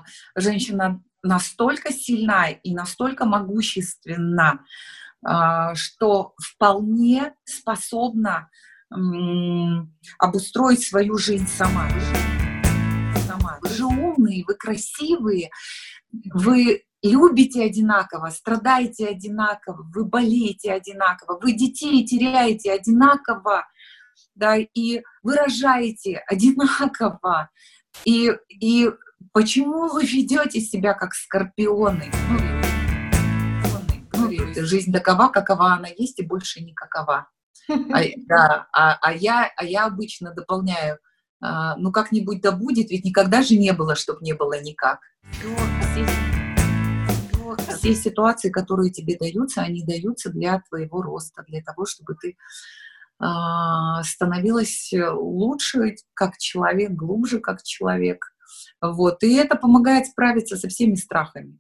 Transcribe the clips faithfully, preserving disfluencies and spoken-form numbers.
женщина настолько сильна и настолько могущественна, а, что вполне способна м, обустроить свою жизнь сама. сама. Вы же умные, вы красивые, вы любите одинаково, страдаете одинаково, вы болеете одинаково, вы детей теряете одинаково, да, и выражаете одинаково. И, и почему вы ведете себя как скорпионы? Ну, ну, жизнь такова, какова она есть, и больше никакова. А, да, а, а, я, а я обычно дополняю, а, ну как-нибудь да будет, ведь никогда же не было, чтобы не было никак. Все, все ситуации, которые тебе даются, они даются для твоего роста, для того, чтобы ты а, становилась лучше как человек, глубже как человек. Вот. И это помогает справиться со всеми страхами.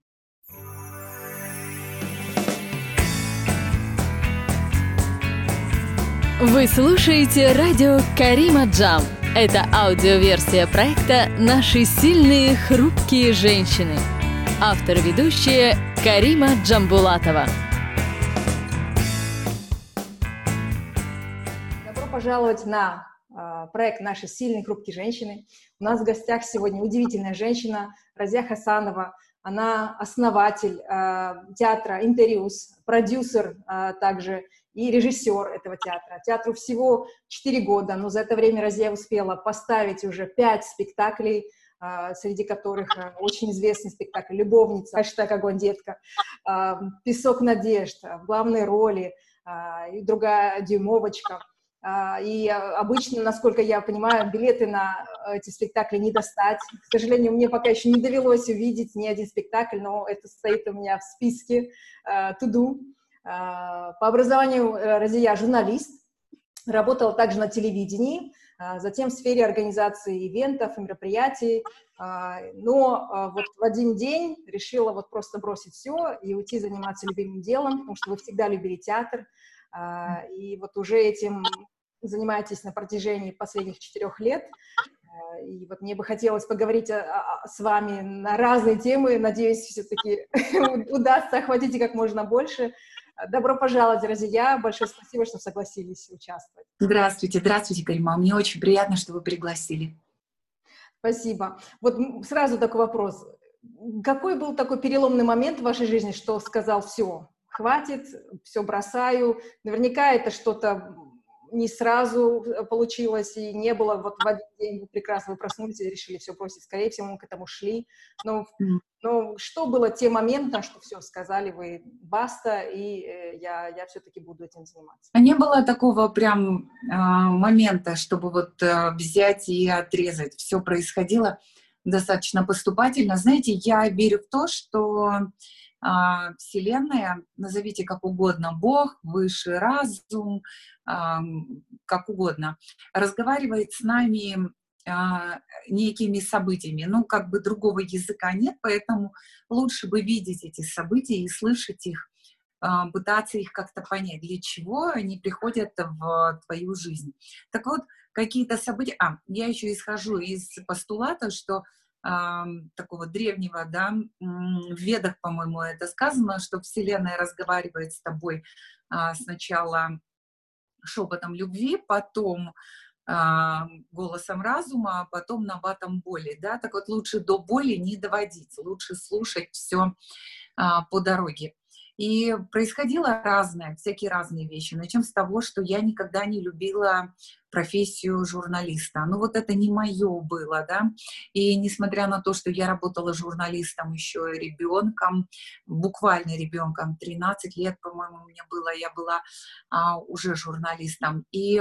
Вы слушаете радио Карима Джам. Это аудиоверсия проекта «Наши сильные, хрупкие женщины». Автор-ведущая Карима Джамбулатова. Добро пожаловать на э, проект «Наши сильные, хрупкие женщины». У нас в гостях сегодня удивительная женщина Разия Хасанова. Она основатель э, театра «Интериус», продюсер э, также и режиссер этого театра. Театру всего четыре года, но за это время Разия успела поставить уже пять спектаклей, э, среди которых э, очень известный спектакль «Любовница», хэштег «Огонь, детка», э, «Песок надежд», в главной роли э, и другая «Дюймовочка». Э, и обычно, насколько я понимаю, билеты на эти спектакли не достать. К сожалению, мне пока еще не довелось увидеть ни один спектакль, но это стоит у меня в списке э, to do. По образованию Разия журналист, работала также на телевидении, затем в сфере организации ивентов и мероприятий, но вот в один день решила вот просто бросить все и уйти заниматься любимым делом, потому что вы всегда любили театр, и вот уже этим занимаетесь на протяжении последних четырех лет. И вот мне бы хотелось поговорить о, о, с вами на разные темы. Надеюсь, все-таки удастся охватить их как можно больше. Добро пожаловать, Разия. Большое спасибо, что согласились участвовать. Здравствуйте, здравствуйте, Карима. Мне очень приятно, что вы пригласили. Спасибо. Вот сразу такой вопрос. Какой был такой переломный момент в вашей жизни, что сказал: все, хватит, все бросаю? Наверняка это что-то не сразу получилось, и не было вот в один день вы прекрасно вы проснулись и решили все бросить. Скорее всего, мы к этому шли. Но, mm. но что было тем моментом, что все, сказали вы баста, и э, я, я все-таки буду этим заниматься? Не было такого прям э, момента, чтобы вот э, взять и отрезать. Все происходило достаточно поступательно. Знаете, я верю в то, что э, Вселенная, назовите как угодно, Бог, высший разум, э, как угодно, разговаривает с нами э, некими событиями. Ну, как бы другого языка нет, поэтому лучше бы видеть эти события и слышать их, пытаться их как-то понять, для чего они приходят в твою жизнь. Так вот, какие-то события... А, я еще исхожу из постулата, что э, такого древнего, да, в Ведах, по-моему, это сказано, что Вселенная разговаривает с тобой э, сначала шепотом любви, потом э, голосом разума, а потом набатом боли, да, так вот лучше до боли не доводить, лучше слушать все э, по дороге. И происходило разное, всякие разные вещи. Начнем с того, что я никогда не любила профессию журналиста. Ну вот это не мое было, да. И несмотря на то, что я работала журналистом еще ребенком, буквально ребенком, тринадцать лет, по-моему, мне было, я была а, уже журналистом. И,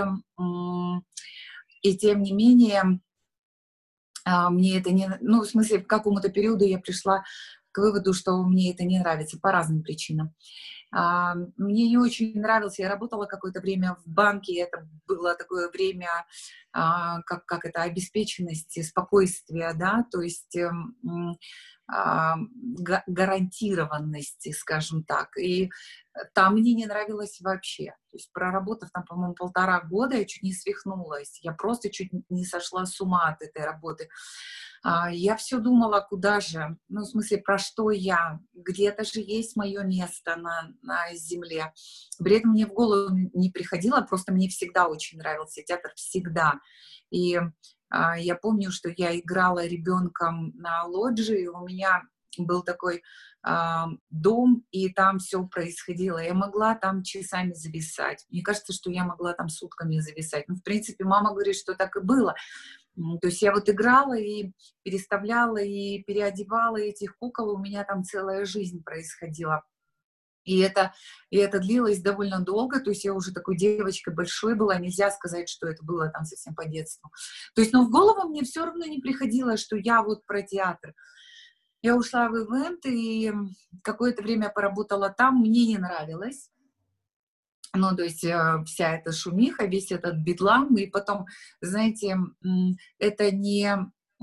и тем не менее, а, мне это не... Ну, в смысле, к какому-то периоду я пришла к выводу, что мне это не нравится по разным причинам. А, мне не очень нравился, я работала какое-то время в банке, это было такое время, а, как, как это, обеспеченности, спокойствия, да, то есть эм, м, а, га- гарантированности, скажем так. И там мне не нравилось вообще. То есть проработав там, по-моему, полтора года, я чуть не свихнулась. Я просто чуть не сошла с ума от этой работы. А, Я все думала, куда же, ну, в смысле, про что я, где-то же есть мое место на, на земле. При этом мне в голову не приходило, просто мне всегда очень нравился театр, всегда. И а, я помню, что я играла ребенком на лоджии, у меня был такой а, дом, и там все происходило. Я могла там часами зависать. Мне кажется, что я могла там сутками зависать. Ну, в принципе, мама говорит, что так и было. М, То есть я вот играла и переставляла, и переодевала этих кукол, у меня там целая жизнь происходила. И это, и это длилось довольно долго, то есть я уже такой девочкой большой была, нельзя сказать, что это было там совсем по детству. То есть, но в голову мне все равно не приходило, что я вот про театр. Я ушла в ивент, и какое-то время поработала там, мне не нравилось. Ну, то есть э, вся эта шумиха, весь этот бедлам, и потом, знаете, м, это не,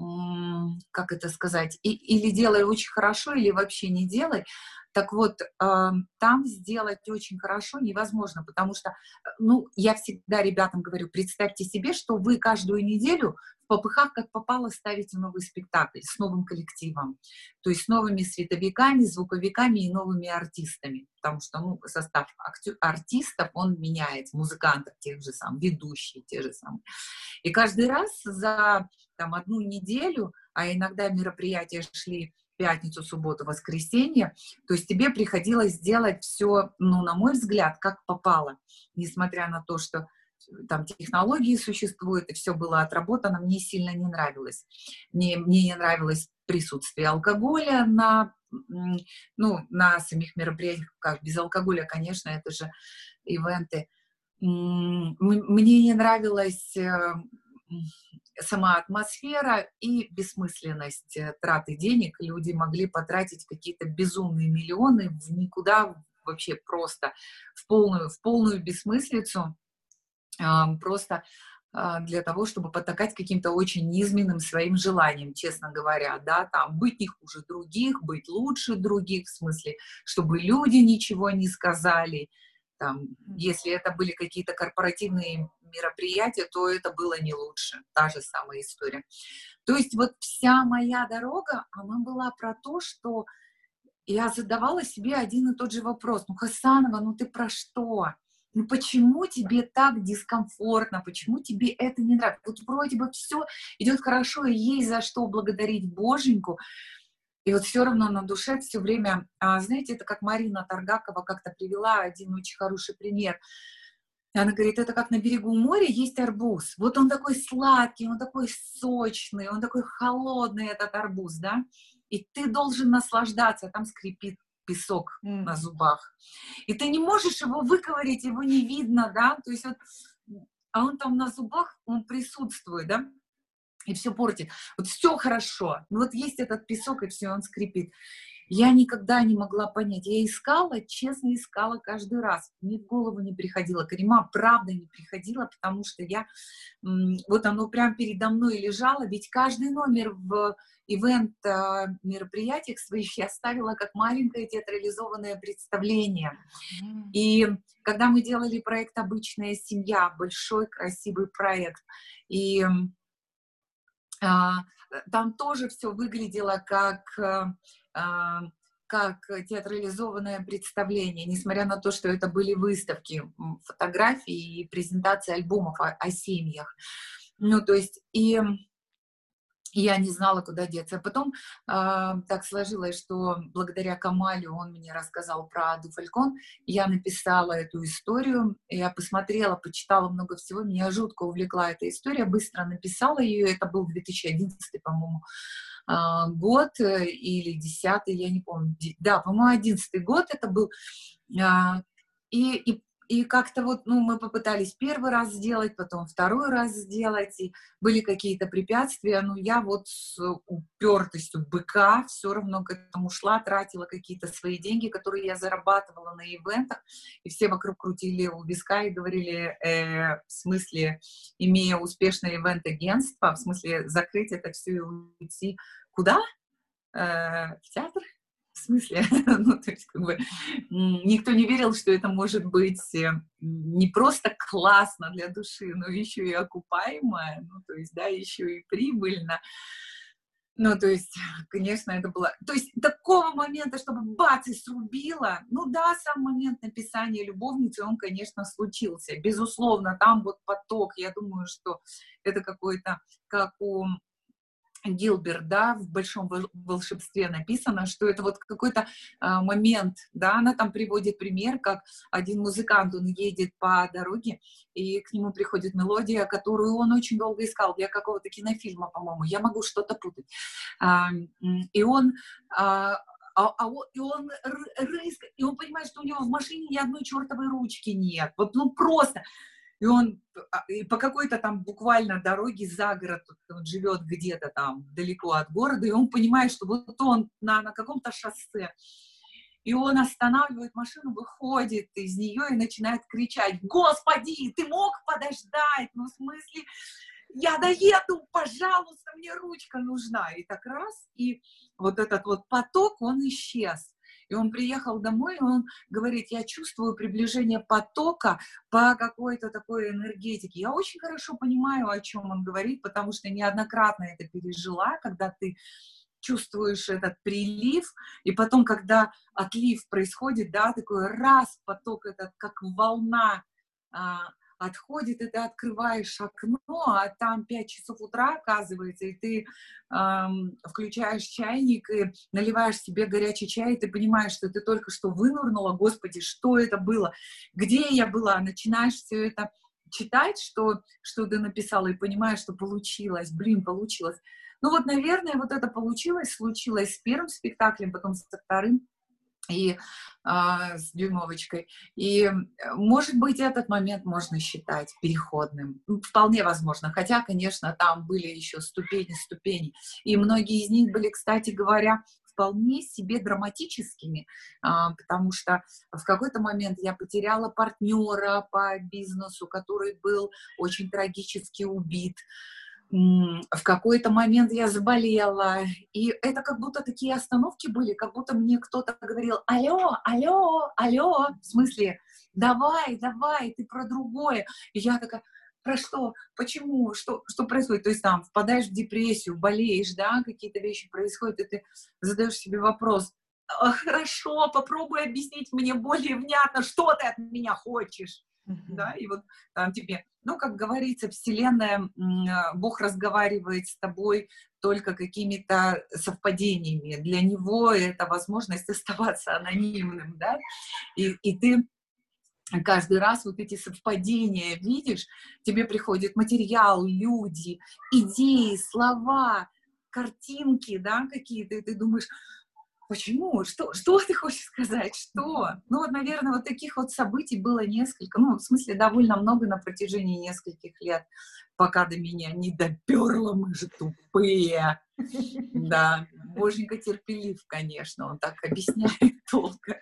м, как это сказать, и- или делай очень хорошо, или вообще не делай. Так вот, э, там сделать очень хорошо невозможно, потому что, э, ну, я всегда ребятам говорю, представьте себе, что вы каждую неделю в попыхах, как попало, ставите новый спектакль с новым коллективом, то есть с новыми световиками, звуковиками и новыми артистами, потому что, ну, состав актю- артистов, он меняется, музыкантов тех же самых, ведущие те же самые. И каждый раз за там, одну неделю, а иногда мероприятия шли пятницу, субботу, воскресенье, то есть тебе приходилось делать все, ну, на мой взгляд, как попало, несмотря на то, что там технологии существуют, и все было отработано, мне сильно не нравилось. Мне, мне не нравилось присутствие алкоголя на, м, ну, на самих мероприятиях, как без алкоголя, конечно, это же ивенты. М, м- Мне не нравилась э, м, сама атмосфера и бессмысленность э, траты денег. Люди могли потратить какие-то безумные миллионы в никуда, вообще просто в полную, в полную бессмыслицу, а, просто а, для того, чтобы потакать каким-то очень низменным своим желаниям, честно говоря, да, там, быть не хуже других, быть лучше других, в смысле, чтобы люди ничего не сказали, там, если это были какие-то корпоративные мероприятия, то это было не лучше, та же самая история. То есть вот вся моя дорога, она была про то, что я задавала себе один и тот же вопрос. Ну, Хасанова, ну ты про что? Ну почему тебе так дискомфортно? Почему тебе это не нравится? Вот вроде бы все идет хорошо, и есть за что благодарить Боженьку. И вот все равно на душе все время, а, знаете, это как Марина Таргакова как-то привела один очень хороший пример. Она говорит, это как на берегу моря есть арбуз. Вот он такой сладкий, он такой сочный, он такой холодный, этот арбуз, да? И ты должен наслаждаться, а там скрипит песок М. на зубах. И ты не можешь его выковырять, его не видно, да? То есть вот, а он там на зубах, он присутствует, да? И все портит. Вот все хорошо. Ну вот есть этот песок, и все, он скрипит. Я никогда не могла понять. Я искала, честно искала каждый раз. Мне в голову не приходило. Карима, правда не приходила, потому что я... м, Вот оно прям передо мной лежало. Ведь каждый номер в ивент-мероприятиях своих я ставила как маленькое театрализованное представление. М. И когда мы делали проект «Обычная семья», большой красивый проект, и а, там тоже все выглядело как, э, а, как театрализованное представление, несмотря на то, что это были выставки, м, фотографий и презентации альбомов о, о семьях. Ну, то есть, и я не знала, куда деться. А потом а, так сложилось, что благодаря Камалю он мне рассказал про Аду Фалькон. Я написала эту историю, я посмотрела, почитала много всего, меня жутко увлекла эта история, быстро написала ее, это был две тысячи одиннадцатый, по-моему, а, год э, или десятый, я не помню. Ди- Да, по-моему, одиннадцатый год это был. А, И, и И как-то вот, ну, мы попытались первый раз сделать, потом второй раз сделать, и были какие-то препятствия, но я вот с упертостью быка все равно к этому шла, тратила какие-то свои деньги, которые я зарабатывала на ивентах, и все вокруг крутили у виска и говорили, э, в смысле, имея успешное ивент-агентство, в смысле закрыть это все и уйти куда? Э, в театр? В смысле? Ну, то есть, как бы, никто не верил, что это может быть не просто классно для души, но еще и окупаемо, ну, то есть, да, еще и прибыльно. Ну, то есть, конечно, это было... То есть, такого момента, чтобы бац, и срубило, ну да, сам момент написания «Любовницы», он, конечно, случился. Безусловно, там вот поток, я думаю, что это какой-то, как у... Гилберт, да, в «Большом волшебстве» написано, что это вот какой-то а, момент, да, она там приводит пример, как один музыкант, он едет по дороге, и к нему приходит мелодия, которую он очень долго искал для какого-то кинофильма, по-моему, я могу что-то путать, а, и он... А, А, а он, и он рыскает, и он понимает, что у него в машине ни одной чертовой ручки нет. Вот, ну, просто. И он и по какой-то там буквально дороге за город, он живет где-то там далеко от города, и он понимает, что вот он на, на каком-то шоссе. И он останавливает машину, выходит из нее и начинает кричать: «Господи, ты мог подождать? Ну, в смысле, я доеду, пожалуйста, мне ручка нужна». И так раз, и вот этот вот поток, он исчез. И он приехал домой, и он говорит: я чувствую приближение потока по какой-то такой энергетике. Я очень хорошо понимаю, о чем он говорит, потому что неоднократно это пережила, когда ты чувствуешь этот прилив, и потом, когда отлив происходит, да, такой раз, поток этот, как волна, а, отходит, и ты открываешь окно, а там пять часов утра, оказывается, и ты эм, включаешь чайник и наливаешь себе горячий чай, и ты понимаешь, что ты только что вынырнула, господи, что это было, где я была, начинаешь все это читать, что, что ты написала, и понимаешь, что получилось, блин, получилось. Ну вот, наверное, вот это получилось, случилось с первым спектаклем, потом со вторым, и а, с дюймовочкой. И, может быть, этот момент можно считать переходным. Вполне возможно. Хотя, конечно, там были еще ступени, ступени. И многие из них были, кстати говоря, вполне себе драматическими, а, потому что в какой-то момент я потеряла партнера по бизнесу, который был очень трагически убит. В какой-то момент я заболела, и это как будто такие остановки были, как будто мне кто-то говорил: алло, алло, алло, в смысле, давай, давай, ты про другое. И я такая: про что, почему, что, что происходит? То есть там впадаешь в депрессию, болеешь, да, какие-то вещи происходят, и ты задаешь себе вопрос: хорошо, попробуй объяснить мне более внятно, что ты от меня хочешь. Uh-huh. Да, и вот там тебе, ну, как говорится, Вселенная, Бог разговаривает с тобой только какими-то совпадениями. Для него это возможность оставаться анонимным, да, и, и ты каждый раз вот эти совпадения видишь, тебе приходит материал, люди, идеи, слова, картинки, да, какие-то, и ты думаешь: почему? Что, что ты хочешь сказать? Что? Ну, вот, наверное, вот таких вот событий было несколько, ну, в смысле, довольно много на протяжении нескольких лет, пока до меня не доперло, мы же тупые. Да, Боженька терпелив, конечно, он так объясняет долго.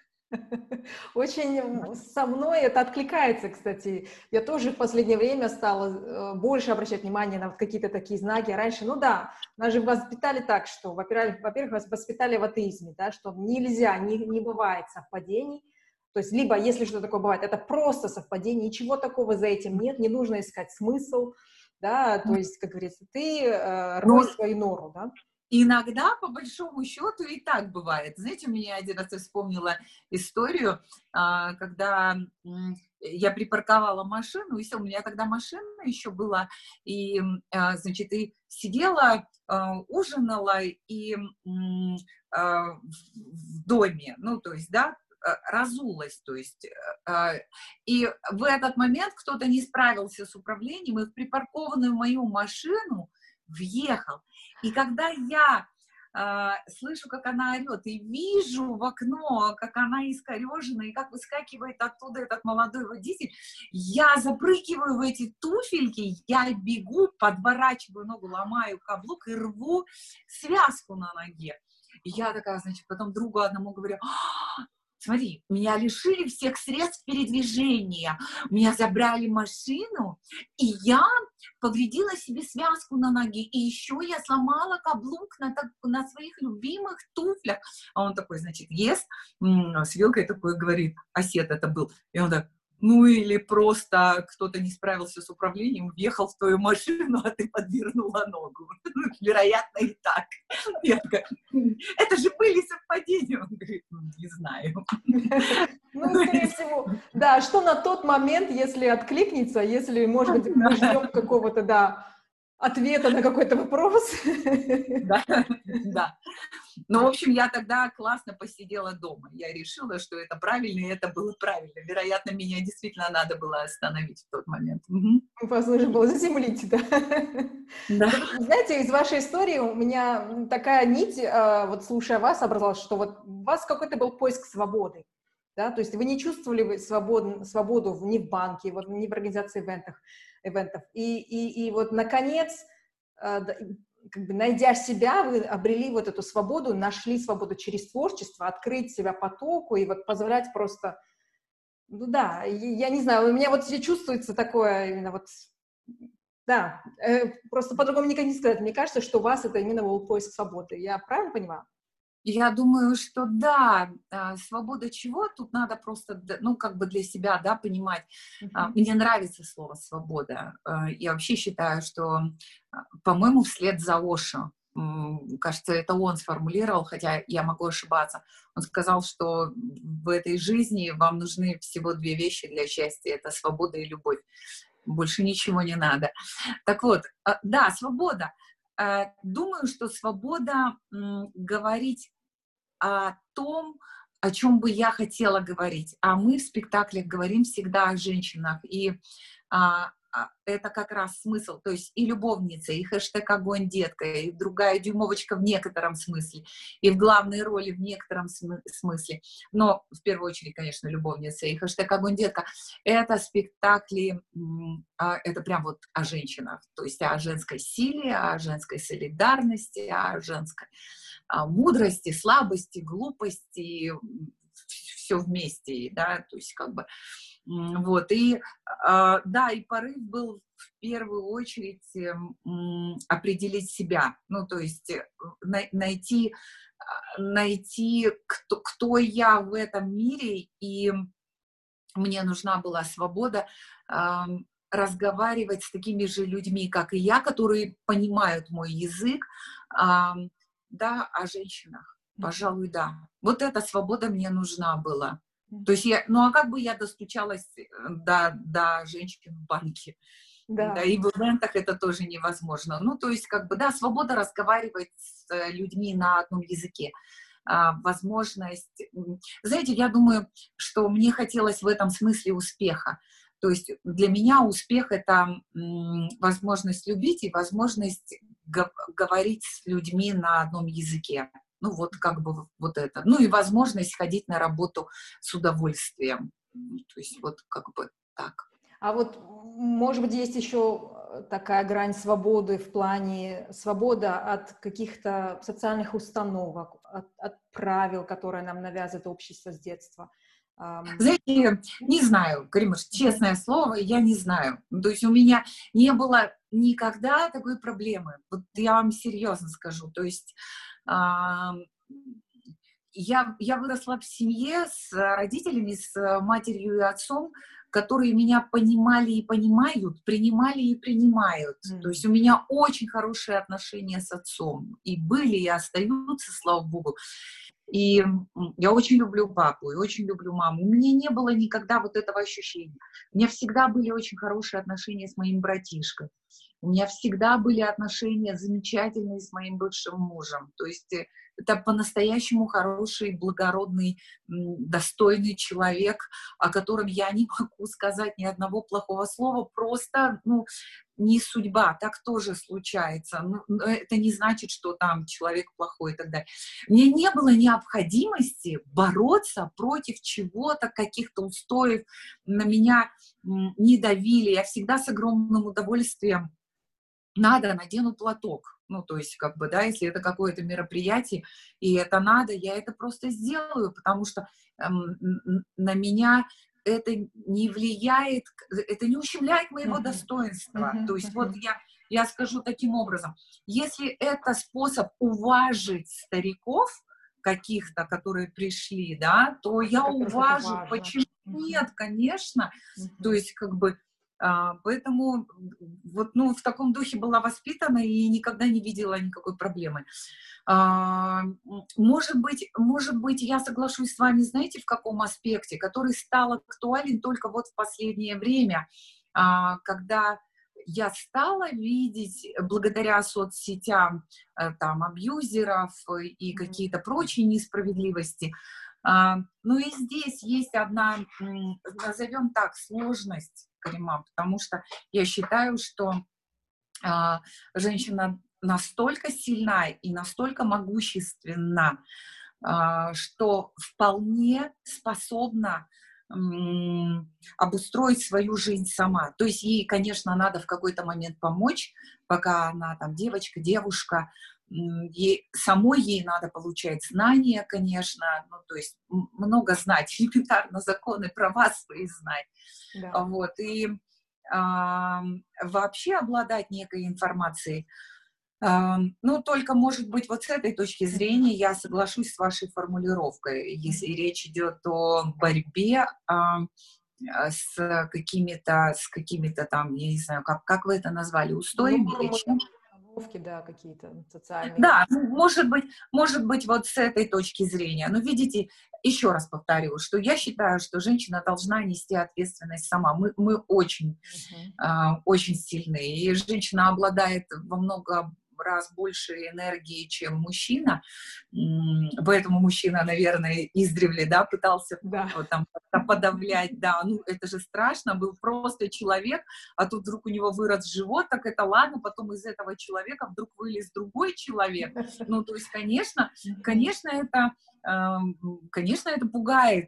Очень со мной это откликается, кстати. Я тоже в последнее время стала больше обращать внимание на какие-то такие знаки. Раньше, ну да, нас же воспитали так, что, во-первых, во-первых, вас воспитали в атеизме, да, что нельзя, не, не бывает совпадений. То есть либо, если что-то такое бывает, это просто совпадение, ничего такого за этим нет, не нужно искать смысл, да, то есть, как говорится, ты э, рой свою нору, да. Иногда, по большому счету, и так бывает. Знаете, у меня один раз я вспомнила историю, когда я припарковала машину, и все, у меня тогда машина еще была, и, значит, и сидела, ужинала и в доме, ну, то есть, да, разулась, то есть, и в этот момент кто-то не справился с управлением, и в припаркованную мою машину въехал. И когда я а, слышу, как она орет, и вижу в окно, как она искорежена, и как выскакивает оттуда этот молодой водитель. Я запрыгиваю в эти туфельки, я бегу, подворачиваю ногу, ломаю каблук и рву связку на ноге. И я такая, значит, потом другу одному говорю: «А, смотри, меня лишили всех средств передвижения, меня забрали машину, и я повредила себе связку на ноге, и еще я сломала каблук на, так, на своих любимых туфлях». А он такой, значит, ест м- с вилкой, такой говорит, осет это был, и он так: ну или просто кто-то не справился с управлением, въехал в твою машину, а ты подвернула ногу. Вероятно, и так. Я такая: это же были совпадения. Он говорит: ну, не знаю. Ну, скорее всего, да, что на тот момент, если откликнется, если, может быть, мы ждем какого-то, да, ответа на какой-то вопрос. Да, да. Ну, в общем, я тогда классно посидела дома. Я решила, что это правильно, и это было правильно. Вероятно, меня действительно надо было остановить в тот момент. Угу. Вас нужно было заземлить, да. Да. Но, знаете, из вашей истории у меня такая нить, вот слушая вас, образовалась, что вот у вас какой-то был поиск свободы. Да? То есть вы не чувствовали свободу, свободу ни в банке, вот, ни в организации ивентов. ивентов. И, и, и вот, наконец, как бы найдя себя, вы обрели вот эту свободу, нашли свободу через творчество, открыть себя потоку и вот позволять просто, ну да, я не знаю, у меня вот чувствуется такое именно вот, да, просто по-другому никак не сказать. Мне кажется, что у вас это именно был поиск свободы. Я правильно понимаю? Я думаю, что да, свобода чего? Тут надо просто, ну, как бы для себя, да, понимать. Uh-huh. Мне нравится слово «свобода». Я вообще считаю, что, по-моему, вслед за Ошо, кажется, это он сформулировал, хотя я могу ошибаться. Он сказал, что в этой жизни вам нужны всего две вещи для счастья. Это свобода и любовь. Больше ничего не надо. Так вот, да, свобода. Думаю, что свобода м, говорить о том, о чем бы я хотела говорить. А мы в спектаклях говорим всегда о женщинах. И а, а, это как раз смысл. То есть и любовница, и хэштег «Огонь, детка», и другая дюймовочка в некотором смысле, и в главной роли в некотором см- смысле. Но в первую очередь, конечно, любовница и хэштег «Огонь, детка». Это спектакли, м, а, это прям вот о женщинах. То есть о женской силе, о женской солидарности, о женской о мудрости, слабости, глупости, все вместе, да, то есть как бы, вот, и, да, и порыв был в первую очередь определить себя, ну, то есть найти, найти, кто, кто я в этом мире, и мне нужна была свобода разговаривать с такими же людьми, как и я, которые понимают мой язык, да, о женщинах, пожалуй, да. Вот эта свобода мне нужна была. То есть я, ну а как бы я достучалась до, до женщин в банке? Да. Да, и в ивентах это тоже невозможно. Ну, то есть, как бы, да, свобода разговаривать с людьми на одном языке. А, возможность... Знаете, я думаю, что мне хотелось в этом смысле успеха. То есть для меня успех — это м, возможность любить и возможность г- говорить с людьми на одном языке. Ну вот как бы вот это. Ну и возможность ходить на работу с удовольствием. То есть вот как бы так. А вот, может быть, есть еще такая грань свободы в плане свобода от каких-то социальных установок, от, от правил, которые нам навязывает общество с детства. Знаете, не знаю, Каримаш, честное слово, я не знаю. То есть у меня не было никогда такой проблемы. Вот я вам серьезно скажу. То есть а, я, я выросла в семье с родителями, с матерью и отцом, которые меня понимали и понимают, принимали и принимают. Mm. То есть у меня очень хорошие отношения с отцом. И были, и остаются, слава богу. И я очень люблю папу, и очень люблю маму. У меня не было никогда вот этого ощущения. У меня всегда были очень хорошие отношения с моим братишкой. У меня всегда были отношения замечательные с моим бывшим мужем. То есть это по-настоящему хороший, благородный, достойный человек, о котором я не могу сказать ни одного плохого слова, просто, ну, не судьба, так тоже случается. Но это не значит, что там человек плохой и так далее. Мне не было необходимости бороться против чего-то, каких-то устоев, на меня не давили. Я всегда с огромным удовольствием надо, надену платок. Ну, то есть, как бы, да, если это какое-то мероприятие, и это надо, я это просто сделаю, потому что эм, на меня это не влияет, это не ущемляет моего uh-huh. достоинства. Uh-huh. То есть, uh-huh. вот я, я скажу таким образом, если это способ уважить стариков каких-то, которые пришли, да, то я уважу. Почему uh-huh. нет, конечно. Uh-huh. То есть, как бы, а, поэтому вот, ну, в таком духе была воспитана и никогда не видела никакой проблемы. А, может быть, может быть, я соглашусь с вами, знаете, в каком аспекте, который стал актуален только вот в последнее время, а, когда я стала видеть, благодаря соцсетям, там, абьюзеров и какие-то прочие несправедливости. А, ну и здесь есть одна, назовем так, сложность, Карима, потому что я считаю, что а, женщина настолько сильна и настолько могущественна, а, что вполне способна м, обустроить свою жизнь сама. То есть ей, конечно, надо в какой-то момент помочь, пока она там девочка, девушка, ей, самой ей надо получать знания, конечно, ну, то есть много знать, элементарно законы, права свои знать. Да. Вот, и а, вообще обладать некой информацией. А, ну, только, может быть, вот с этой точки зрения я соглашусь с вашей формулировкой. Если речь идет о борьбе а, с какими-то, с какими-то там, я не знаю, как, как вы это назвали, устоями ну, или чем? Да, какие-то социальные. Да, может быть, может быть, вот с этой точки зрения. Но видите, еще раз повторю, что я считаю, что женщина должна нести ответственность сама. Мы, мы очень, uh-huh. э, очень сильны. И женщина обладает во много раз больше энергии, чем мужчина. Поэтому мужчина, наверное, издревле, да, пытался да. Вот, там, подавлять. Да, ну это же страшно, был просто человек, а тут вдруг у него вырос живот, так это ладно, потом из этого человека вдруг вылез другой человек. Ну, то есть, конечно, конечно, это, конечно, это пугает,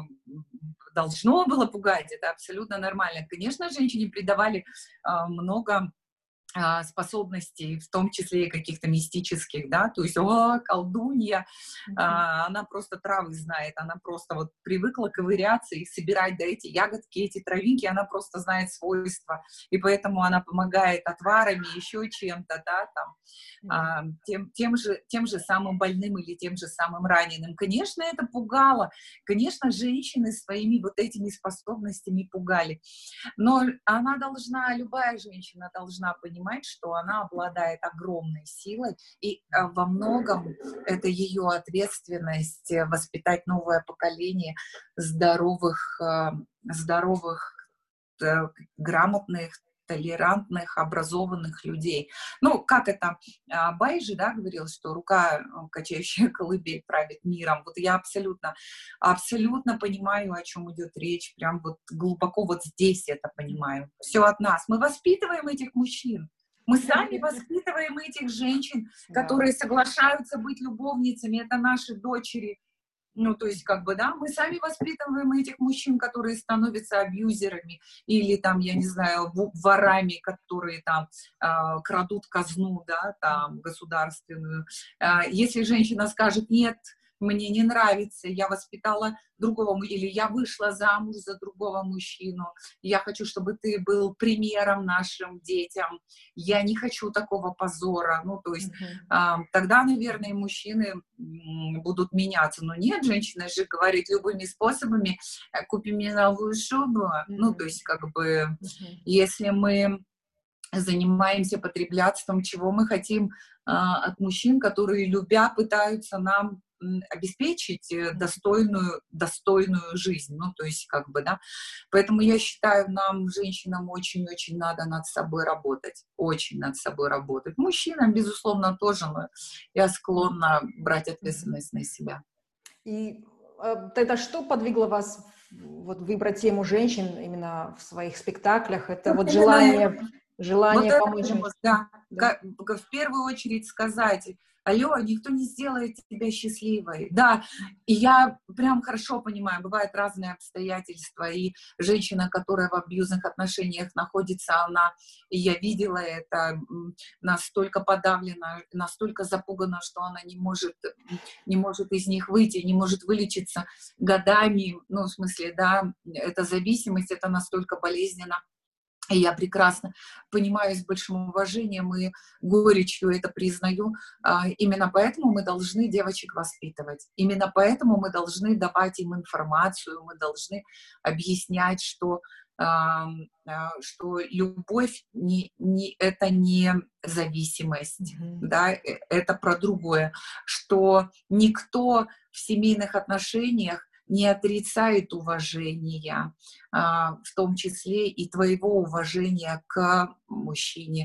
должно было пугать, это абсолютно нормально. Конечно, женщине придавали много способностей, в том числе и каких-то мистических, да, то есть, о, колдунья, mm-hmm. а, она просто травы знает, она просто вот привыкла ковыряться и собирать, да, эти ягодки, эти травинки, она просто знает свойства, и поэтому она помогает отварами, еще чем-то, да, там, mm-hmm. а, тем, тем, же, тем же самым больным или тем же самым раненым. Конечно, это пугало, конечно, женщины своими вот этими способностями пугали, но она должна, любая женщина должна понимать, что она обладает огромной силой, и во многом это ее ответственность воспитать новое поколение здоровых, здоровых, грамотных, толерантных, образованных людей. Ну, как это Байжи, да, говорил, что рука, качающая колыбель, правит миром. Вот я абсолютно, абсолютно понимаю, о чем идет речь, прям вот глубоко вот здесь это понимаю. Все от нас. Мы воспитываем этих мужчин. Мы сами воспитываем этих женщин, которые соглашаются быть любовницами. Это наши дочери. Ну, то есть, как бы, да, мы сами воспитываем этих мужчин, которые становятся абьюзерами или, там, я не знаю, ворами, которые, там, э, крадут казну, да, там, государственную. Э, если женщина скажет, нет, мне не нравится, я воспитала другого, или я вышла замуж за другого мужчину, я хочу, чтобы ты был примером нашим детям, я не хочу такого позора, ну, то есть, uh-huh. э, тогда, наверное, мужчины м, будут меняться, но нет, женщина же говорит любыми способами, купи мне новую шубу, uh-huh. ну, то есть, как бы, uh-huh. если мы занимаемся потреблятством, чего мы хотим э, от мужчин, которые, любя, пытаются нам обеспечить достойную, достойную жизнь, ну, то есть, как бы, да, поэтому я считаю, нам, женщинам, очень-очень надо над собой работать, очень над собой работать, мужчинам, безусловно, тоже, но я склонна брать ответственность на себя. И э, тогда что подвигло вас вот выбрать тему женщин именно в своих спектаклях? Это вот желание, желание вот помочь это, женщинам? да, Да. в первую очередь сказать: алло, никто не сделает тебя счастливой. Да, и я прям хорошо понимаю, бывают разные обстоятельства, и женщина, которая в абьюзных отношениях находится, она, и я видела это, настолько подавлена, настолько запугана, что она не может, не может из них выйти, не может вылечиться годами, ну, в смысле, да, эта зависимость, это настолько болезненно. И я прекрасно понимаю, с большим уважением и горечью это признаю. Именно поэтому мы должны девочек воспитывать. Именно поэтому мы должны давать им информацию, мы должны объяснять, что, что любовь не, не, это не зависимость, mm-hmm. да, это про другое, что никто в семейных отношениях не отрицает уважения, в том числе и твоего уважения к мужчине,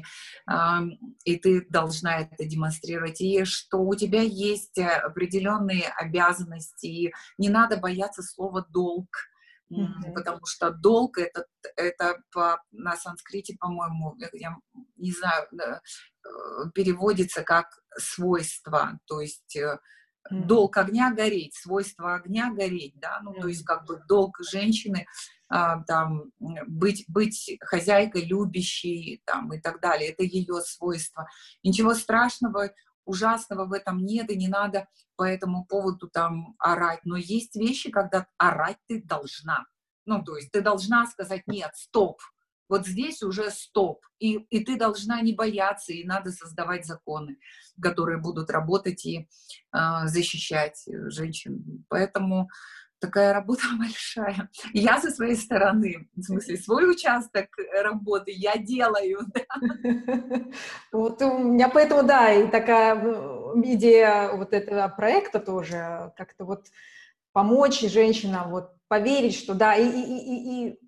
и ты должна это демонстрировать, и что у тебя есть определенные обязанности, и не надо бояться слова «долг», mm-hmm. потому что долг это, это по, на санскрите, по-моему, я не знаю, переводится как свойство, то есть долг огня гореть, свойство огня гореть, да, ну, mm-hmm. то есть как бы долг женщины, а, там, быть, быть хозяйкой, любящей, там, и так далее, это ее свойство. Ничего страшного, ужасного в этом нет, и не надо по этому поводу там орать, но есть вещи, когда орать ты должна, ну, то есть ты должна сказать: нет, стоп, вот здесь уже стоп, и, и ты должна не бояться, и надо создавать законы, которые будут работать и э, защищать женщин. Поэтому такая работа большая. Я со своей стороны, в смысле, свой участок работы я делаю. Да. Вот у меня поэтому, да, и такая идея вот этого проекта тоже, как-то вот помочь женщинам, вот поверить, что да, и, и, и, и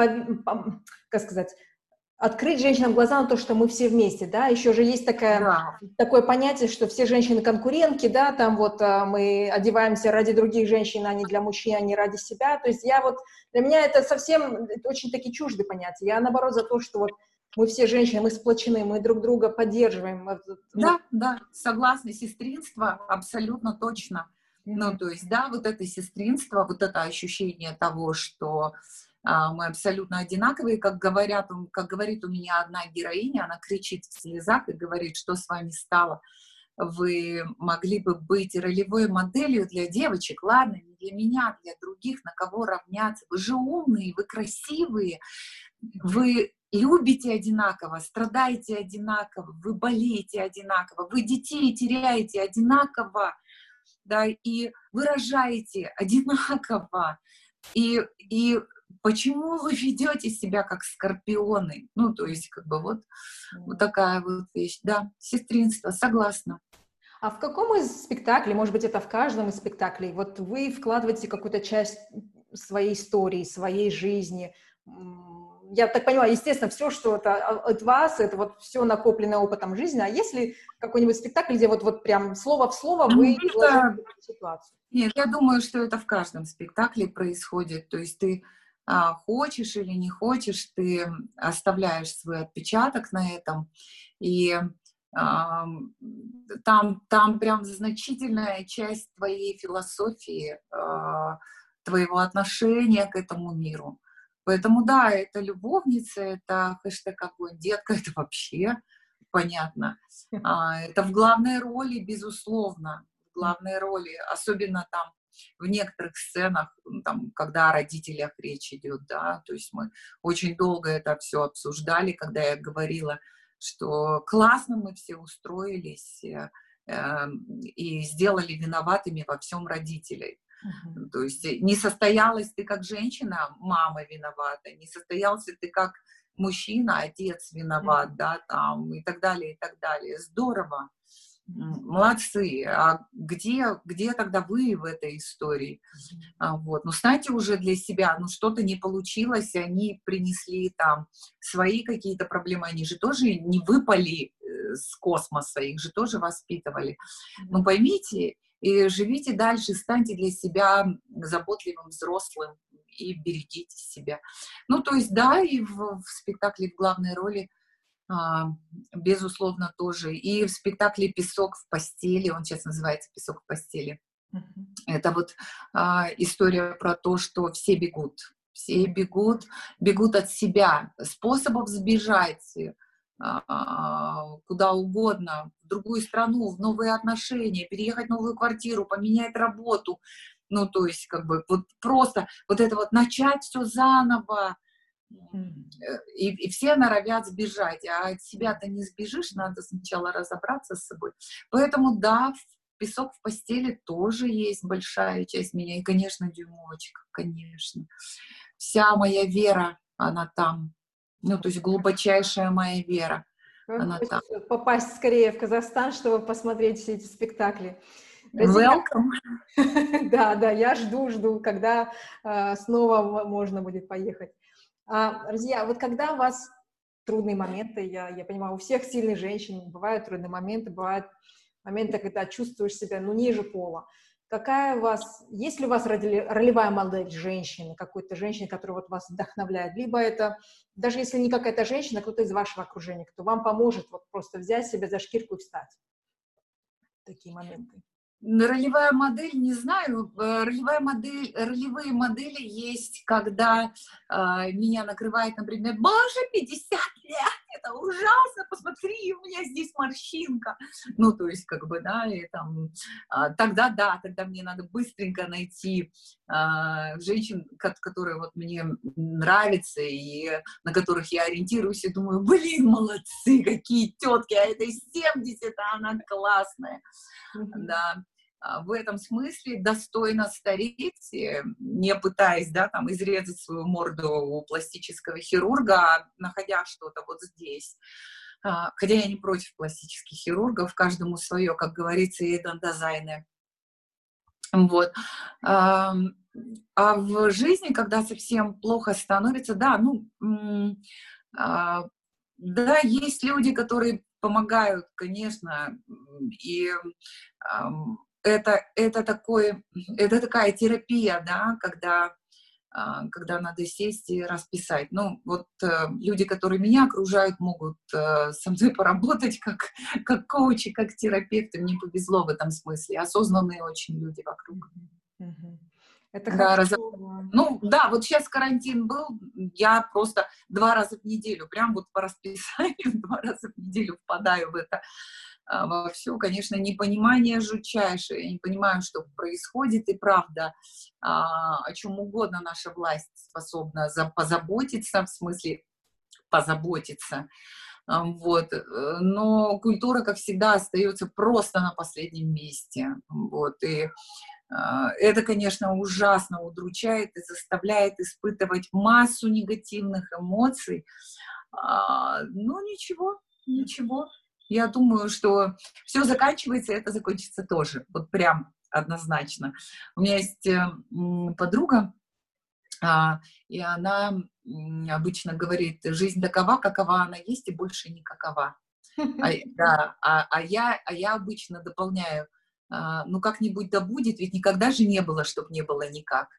как сказать, открыть женщинам глаза на то, что мы все вместе, да, еще же есть такая, да. такое понятие, что все женщины конкурентки, да, там вот а, мы одеваемся ради других женщин, а не для мужчин, а не ради себя, то есть я вот, для меня это совсем это очень такие чуждые понятия, я наоборот за то, что вот мы все женщины, мы сплочены, мы друг друга поддерживаем. Да, вот. Да, согласна, сестринство абсолютно точно, mm-hmm. ну, то есть, да, вот это сестринство, вот это ощущение того, что мы абсолютно одинаковые, как говорят, как говорит у меня одна героиня, она кричит в слезах и говорит: что с вами стало? Вы могли бы быть ролевой моделью для девочек, ладно, не для меня, для других, на кого равняться. Вы же умные, вы красивые, вы любите одинаково, страдаете одинаково, вы болеете одинаково, вы детей теряете одинаково, да, и выражаете одинаково, и, и почему вы ведете себя как скорпионы? Ну, то есть, как бы вот, вот такая вот вещь. Да, сестринство, согласна. А в каком из спектаклей, может быть, это в каждом из спектаклей, вот вы вкладываете какую-то часть своей истории, своей жизни? Я так понимаю, естественно, все, что это от вас, это вот все накопленное опытом жизни. А есть ли какой-нибудь спектакль, где вот, вот прям слово в слово вы изложите эту ситуацию? Нет, я думаю, что это в каждом спектакле происходит. То есть ты а, хочешь или не хочешь, ты оставляешь свой отпечаток на этом. И а, там, там прям значительная часть твоей философии, а, твоего отношения к этому миру. Поэтому да, это любовница, это хэштег огонь, детка, это вообще понятно. А, это в главной роли, безусловно, в главной роли, особенно там в некоторых сценах, там, когда о родителях речь идет, да, то есть мы очень долго это все обсуждали, когда я говорила, что классно мы все устроились э, э, и сделали виноватыми во всем родителей. Uh-huh. То есть не состоялась ты как женщина, мама виновата, не состоялся ты как мужчина, отец виноват, uh-huh. да, там, и так далее, и так далее. Здорово. Молодцы. А где, где тогда вы в этой истории? А, вот. Ну, знаете, уже для себя, ну, что-то не получилось, они принесли там свои какие-то проблемы, они же тоже не выпали с космоса, их же тоже воспитывали. Ну, поймите и живите дальше, станьте для себя заботливым взрослым и берегите себя. Ну, то есть, да, и в, в спектакле в главной роли А, безусловно, тоже. И в спектакле «Песок в постели», он сейчас называется «Песок в постели». Uh-huh. Это вот а, история про то, что все бегут. Все бегут, бегут от себя. Способов сбежать а, куда угодно, в другую страну, в новые отношения, переехать в новую квартиру, поменять работу. Ну, то есть, как бы, вот просто вот это вот начать все заново. И, и все норовят сбежать, а от себя-то не сбежишь, надо сначала разобраться с собой. Поэтому, да, «Песок в постели» тоже есть большая часть меня. И, конечно, «Дюймовочка», конечно. Вся моя вера, она там. Ну, то есть глубочайшая моя вера, она там. Попасть скорее в Казахстан, чтобы посмотреть все эти спектакли. Welcome. Да, да, я жду, жду, когда э, снова можно будет поехать. А, друзья, вот когда у вас трудные моменты, я, я понимаю, у всех сильных женщин бывают трудные моменты, бывают моменты, когда чувствуешь себя, ну, ниже пола. Какая у вас, есть ли у вас ролевая модель женщины, какой-то женщины, которая вот вас вдохновляет? Либо это, даже если не какая-то женщина, кто-то из вашего окружения, кто вам поможет вот просто взять себя за шкирку и встать. Такие моменты. Ролевая модель, не знаю, ролевая модель, ролевые модели есть, когда э, меня накрывает, например, боже, пятьдесят лет, это ужасно, посмотри, у меня здесь морщинка. Ну, то есть, как бы, да, и там, э, тогда, да, тогда мне надо быстренько найти э, женщин, которые вот мне нравятся и на которых я ориентируюсь и думаю, блин, молодцы, какие тетки, а этой семьдесят, а она классная. Mm-hmm. Да. В этом смысле достойно стареть, не пытаясь, да, там, изрезать свою морду у пластического хирурга, а находя что-то вот здесь. Хотя я не против пластических хирургов, каждому свое, как говорится, и дизайны. Вот. А в жизни, когда совсем плохо становится, да, ну, да, есть люди, которые помогают, конечно, и это, это, такой, это такая терапия, да, когда, когда надо сесть и расписать. Ну, вот люди, которые меня окружают, могут со мной поработать как, как коучи, как терапевты. Мне повезло в этом смысле. Осознанные очень люди вокруг. Это да, хорошо. Раз... Ну, да, вот сейчас карантин был, я просто два раза в неделю, прям вот по расписанию, два раза в неделю впадаю в это. Во все, конечно, непонимание жутчайшее. Я не понимаю, что происходит, и правда, о чем угодно наша власть способна позаботиться, в смысле позаботиться. Вот. Но культура, как всегда, остается просто на последнем месте. Вот. И это, конечно, ужасно удручает и заставляет испытывать массу негативных эмоций. Но ничего, ничего. Я думаю, что все заканчивается, и это закончится тоже. Вот прям однозначно. У меня есть подруга, и она обычно говорит, жизнь такова, какова она есть, и больше никакова. А, да, а, а, я, а я обычно дополняю, ну как-нибудь да будет, ведь никогда же не было, чтобы не было никак.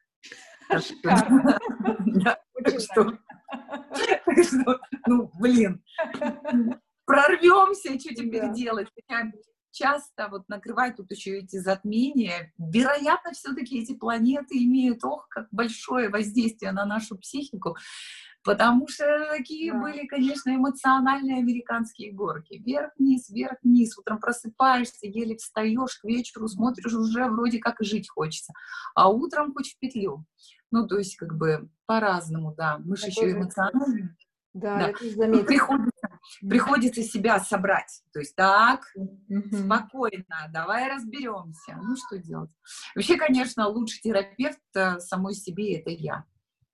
Ну, блин. Прорвемся, что теперь да. делать? Хотя часто вот накрывают тут еще эти затмения. Вероятно, все-таки эти планеты имеют, ох, как большое воздействие на нашу психику, потому что такие да. были, конечно, эмоциональные американские горки. Вверх-вниз, вверх-вниз. Утром просыпаешься, еле встаешь, к вечеру смотришь, уже вроде как и жить хочется. А утром хоть в петлю. Ну, то есть, как бы, по-разному, да. Мы же еще эмоциональные. Да, да. я тоже заметила. Приходится, приходится себя собрать. То есть, так, mm-hmm. спокойно, давай разберемся. Ну, что делать? Вообще, конечно, лучший терапевт самой себе — это я.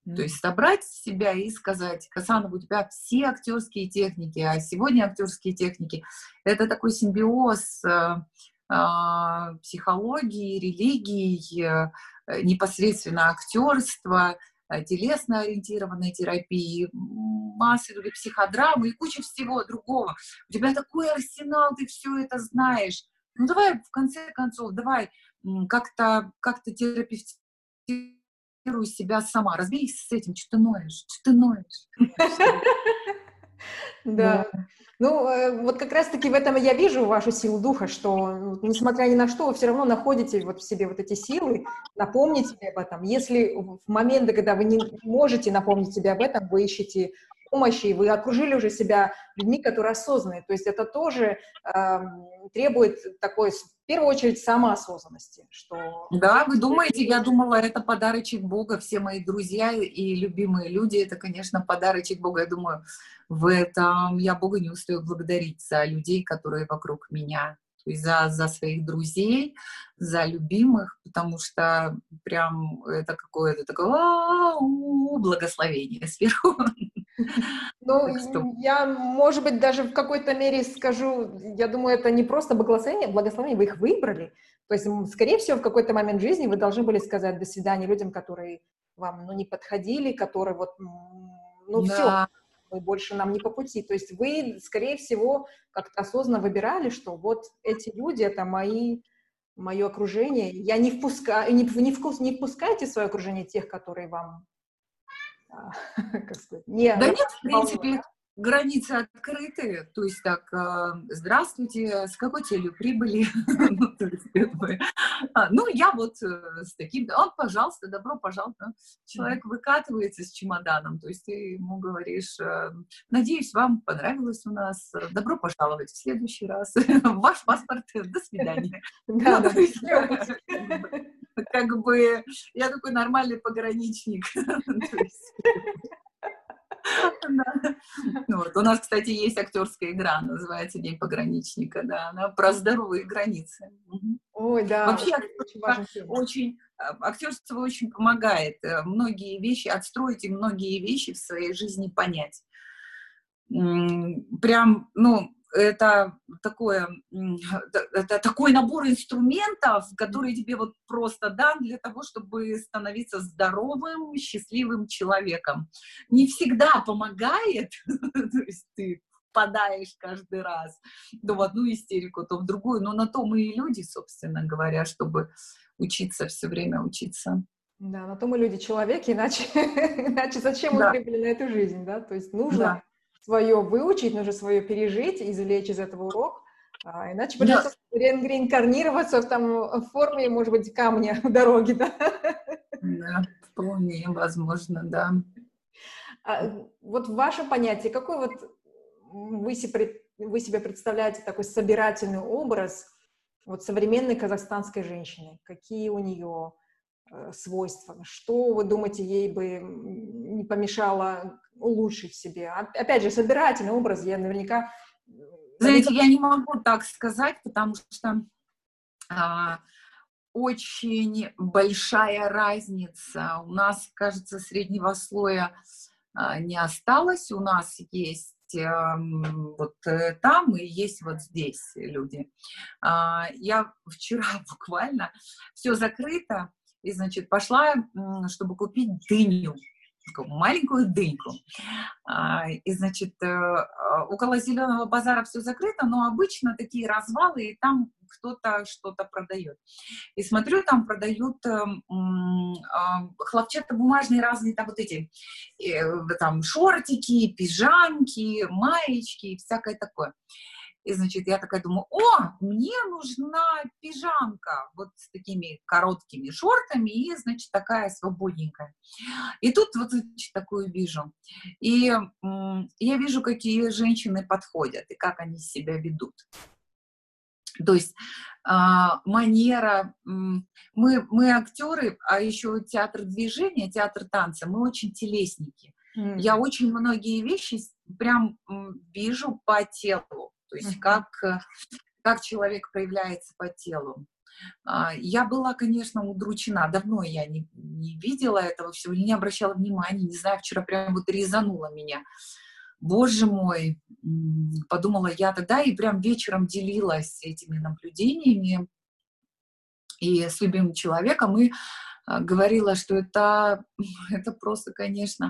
То есть собрать себя и сказать: Хасанова, у тебя все актерские техники, а сегодня актерские техники — это такой симбиоз э, э, психологии, религии, э, непосредственно актерства, э, телесно-ориентированной терапии, массы других психодрамы и куча всего другого. У тебя такой арсенал, ты все это знаешь. Ну давай, в конце концов, давай как-то как-то терапевтизируй себя сама, разберись с этим, что ты ноешь, что ты ноешь. Да. Ну, э, вот как раз-таки в этом я вижу вашу силу духа, что, несмотря ни на что, вы все равно находите вот в себе вот эти силы, напомнить себе об этом. Если в моменты, когда вы не можете напомнить себе об этом, вы ищете помощи, вы окружили уже себя людьми, которые осознанные. То есть это тоже э, требует такой, в первую очередь, самоосознанности. Что... Да, вы думаете, я думала, это подарочек Бога. Все мои друзья и любимые люди, это, конечно, подарочек Бога. Я думаю, в этом я Бога не устаю благодарить за людей, которые вокруг меня. То есть за, за своих друзей, за любимых, потому что прям это какое-то такое благословение сверху. Ну, что... я, может быть, даже в какой-то мере скажу, я думаю, это не просто благословение, благословение, вы их выбрали. То есть, скорее всего, в какой-то момент жизни вы должны были сказать до свидания людям, которые вам, ну, не подходили, которые вот, ну, да. Все, вы больше нам не по пути. То есть вы, скорее всего, как-то осознанно выбирали, что вот эти люди — это мои, мое окружение. Я не впускаю, не, не, вкус, не впускайте в свое окружение тех, которые вам... Как сказать, не, да нет, в принципе, границы открыты, то есть так, здравствуйте, с какой целью прибыли? Ну, я вот с таким, он, пожалуйста, добро пожаловать. Человек выкатывается с чемоданом, то есть ты ему говоришь: надеюсь, вам понравилось у нас, добро пожаловать в следующий раз, ваш паспорт, до свидания. Да, да, как бы я такой нормальный пограничник. Вот. У нас, кстати, есть актерская игра, называется «День пограничника», да, она про здоровые границы. Ой, да. Вообще актерство очень, актерство очень помогает многие вещи, отстроить и многие вещи в своей жизни понять. Прям, ну, это такое, это такой набор инструментов, который тебе вот просто дан для того, чтобы становиться здоровым, счастливым человеком. Не всегда помогает, то есть ты впадаешь каждый раз то в одну истерику, то в другую, но на то мы и люди, собственно говоря, чтобы учиться, все время учиться. Да, на то мы люди, человек, иначе, иначе зачем мы да. прибыли на эту жизнь, да, то есть нужно... Да. свое выучить, нужно свое пережить, извлечь из этого урок, а, иначе придется да. ре- реинкарнироваться в, там, в форме, может быть, камня в дороге, да? Да, вполне возможно, да. А, вот в вашем понятии, какой вот вы себе, вы себе представляете такой собирательный образ вот современной казахстанской женщины? Какие у нее э, свойства? Что, вы думаете, ей бы не помешало улучшить в себе? Опять же, собирательный образ, я наверняка... Знаете, я не могу так сказать, потому что а, очень большая разница. У нас, кажется, среднего слоя а, не осталось. У нас есть а, вот там и есть вот здесь люди. А, я вчера буквально все закрыто, и, значит, пошла, чтобы купить дыню. Маленькую дыньку. И, значит, около Зеленого базара все закрыто, но обычно такие развалы, и там кто-то что-то продает. И смотрю, там продают хлопчатобумажные разные там вот эти там шортики, пижамки, маечки и всякое такое. И, значит, я такая думаю: о, мне нужна пижамка вот с такими короткими шортами и, значит, такая свободненькая. И тут вот, значит, такую вижу. И м- я вижу, какие женщины подходят и как они себя ведут. То есть э, манера... М- мы, мы актеры, а еще театр движения, театр танца, мы очень телесники. Mm. Я очень многие вещи прям м- вижу по телу. То есть mm-hmm. как, как человек проявляется по телу. Я была, конечно, удручена. Давно я не, не видела этого всего, не обращала внимания. Не знаю, вчера прям вот резануло меня. Боже мой, подумала я тогда и прям вечером делилась этими наблюдениями и с любимым человеком, и говорила, что это, это просто, конечно,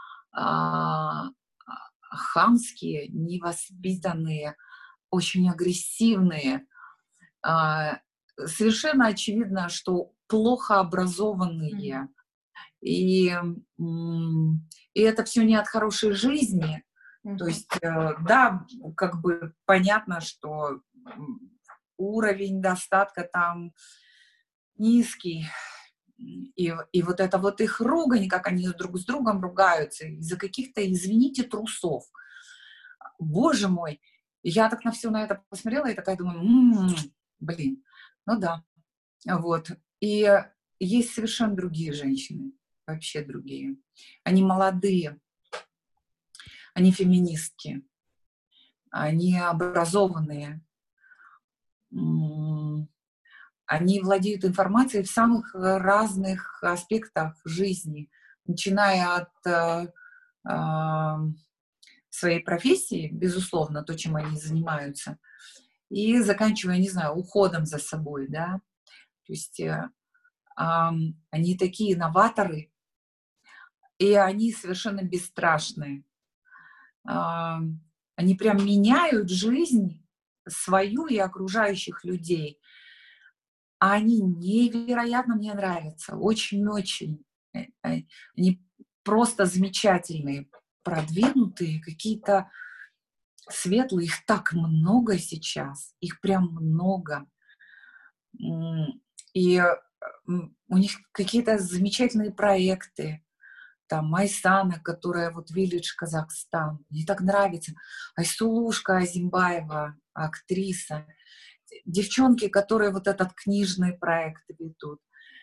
хамские, невоспитанные, очень агрессивные. Совершенно очевидно, что плохо образованные. И, и это все не от хорошей жизни. Mm-hmm. То есть, да, как бы понятно, что уровень достатка там низкий. И, и вот это вот их ругань, как они друг с другом ругаются из-за каких-то, извините, трусов. Боже мой! Я так на все на это посмотрела и такая думаю, м-м, блин, ну да. Вот. И есть совершенно другие женщины, вообще другие. Они молодые, они феминистки, они образованные, они владеют информацией в самых разных аспектах жизни, начиная от э, э, своей профессии, безусловно, то, чем они занимаются, и заканчивая, не знаю, уходом за собой, да. То есть э, э, они такие новаторы, и они совершенно бесстрашные. Э, они прям меняют жизнь свою и окружающих людей. А они невероятно мне нравятся, очень-очень. Они просто замечательные, продвинутые, какие-то светлые. Их так много сейчас, их прям много. И у них какие-то замечательные проекты. Там Майсана, которая вот Village Казахстан. Мне так нравится. Айсулушка Азимбаева, актриса. Девчонки, которые вот этот книжный проект ведут.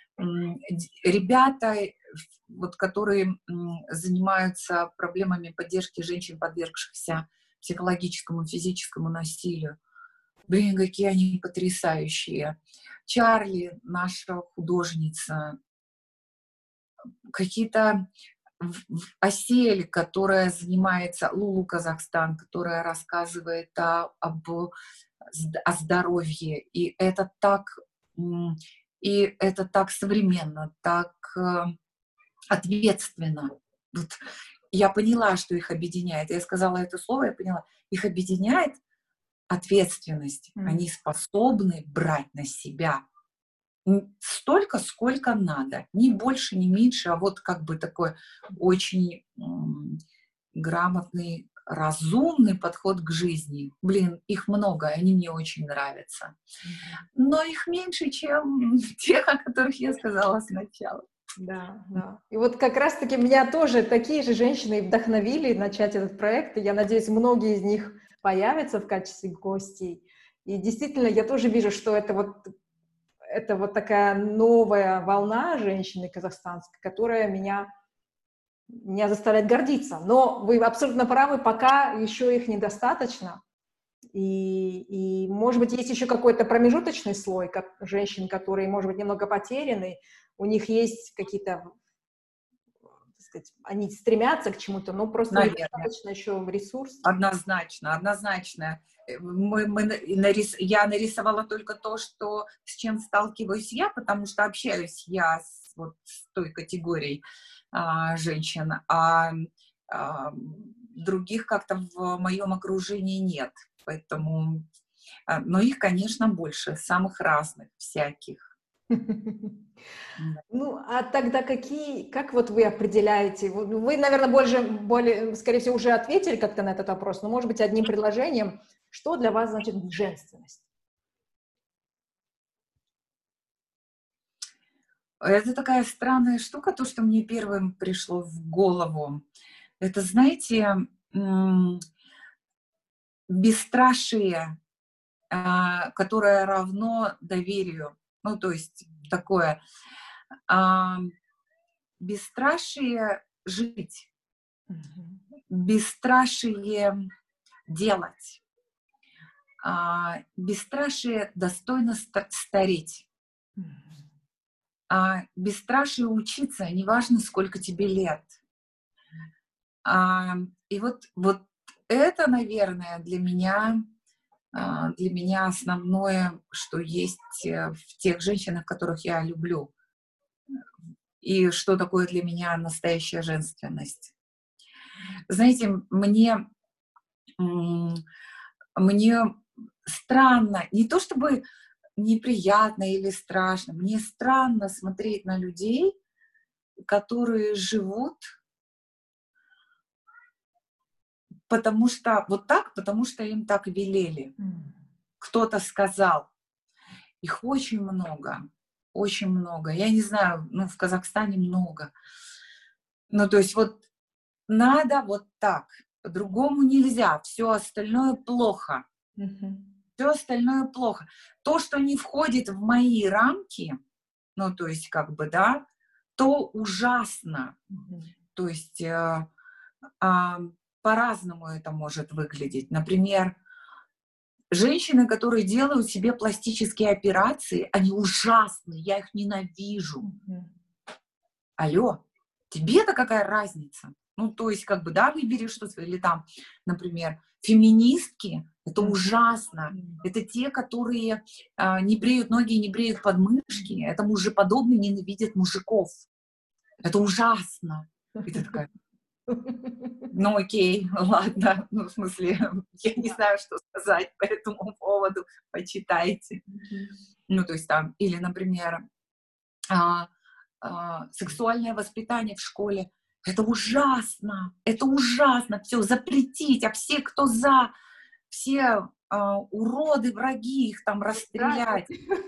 Ребята, вот, которые занимаются проблемами поддержки женщин, подвергшихся психологическому и физическому насилию. Блин, какие они потрясающие. Чарли, наша художница. Какие-то Асель, которая занимается, Лулу Казахстан, которая рассказывает о, об, о здоровье. И это так, и это так современно, так ответственно. Вот я поняла, что их объединяет. Я сказала это слово, я поняла. Их объединяет ответственность. Mm. Они способны брать на себя столько, сколько надо. Ни больше, ни меньше, а вот как бы такой очень м- грамотный, разумный подход к жизни. Блин, их много, они мне очень нравятся. Но их меньше, чем тех, о которых я сказала сначала. Да, да. И вот как раз-таки меня тоже такие же женщины вдохновили начать этот проект. И я надеюсь, многие из них появятся в качестве гостей. И действительно, я тоже вижу, что это вот это вот такая новая волна женщины казахстанской, которая меня, меня заставляет гордиться. Но вы абсолютно правы, пока еще их недостаточно. И, и, может быть, есть еще какой-то промежуточный слой как женщин, которые, может быть, немного потеряны. У них есть какие-то, так сказать, они стремятся к чему-то, но просто Наверное. недостаточно еще ресурсов. Однозначно, однозначно. Мы, мы нарис... Я нарисовала только то, что, с чем сталкиваюсь я, потому что общаюсь я с, вот, с той категорией а, женщин, а, а других как-то в моем окружении нет. Поэтому, а, но их, конечно, больше, самых разных, всяких. Ну, а тогда какие, как вот вы определяете? Вы, наверное, больше, более, скорее всего, уже ответили как-то на этот вопрос, но, может быть, одним предложением, что для вас значит женственность? Это такая странная штука, то, что мне первым пришло в голову. Это, знаете, бесстрашие, которое равно доверию. Ну, то есть такое бесстрашие жить, бесстрашие делать, бесстрашие достойно стареть. А, бесстрашие учиться, неважно, сколько тебе лет. А, и вот, вот это, наверное, для меня, а, для меня основное, что есть в тех женщинах, которых я люблю. И что такое для меня настоящая женственность. Знаете, мне, мне странно, не то чтобы неприятно или страшно, мне странно смотреть на людей, которые живут потому что вот так, потому что им так велели. Кто-то сказал. Их очень много, очень много. Я не знаю, ну, в Казахстане много. Ну, то есть вот надо вот так, по-другому нельзя, все остальное плохо. Mm-hmm. Все остальное плохо. То, что не входит в мои рамки, ну, то есть как бы, да, то ужасно. Mm-hmm. То есть э, э, по-разному это может выглядеть. Например, женщины, которые делают себе пластические операции, они ужасные, я их ненавижу. Mm-hmm. Алло, тебе-то какая разница? Ну, то есть, как бы, да, выбери что-то, или там, например, феминистки, это mm-hmm. ужасно. Mm-hmm. Это те, которые а, не бреют ноги и не бреют подмышки. Это мужеподобные ненавидят мужиков. Это ужасно. И ты такая, ну окей, ладно, ну в смысле, я не знаю, что сказать по этому поводу, почитайте. Mm-hmm. Ну, то есть там, или, например, а, а, сексуальное воспитание в школе. Это ужасно, это ужасно, все запретить, а все, кто за, все а, уроды, враги, их там расстрелять.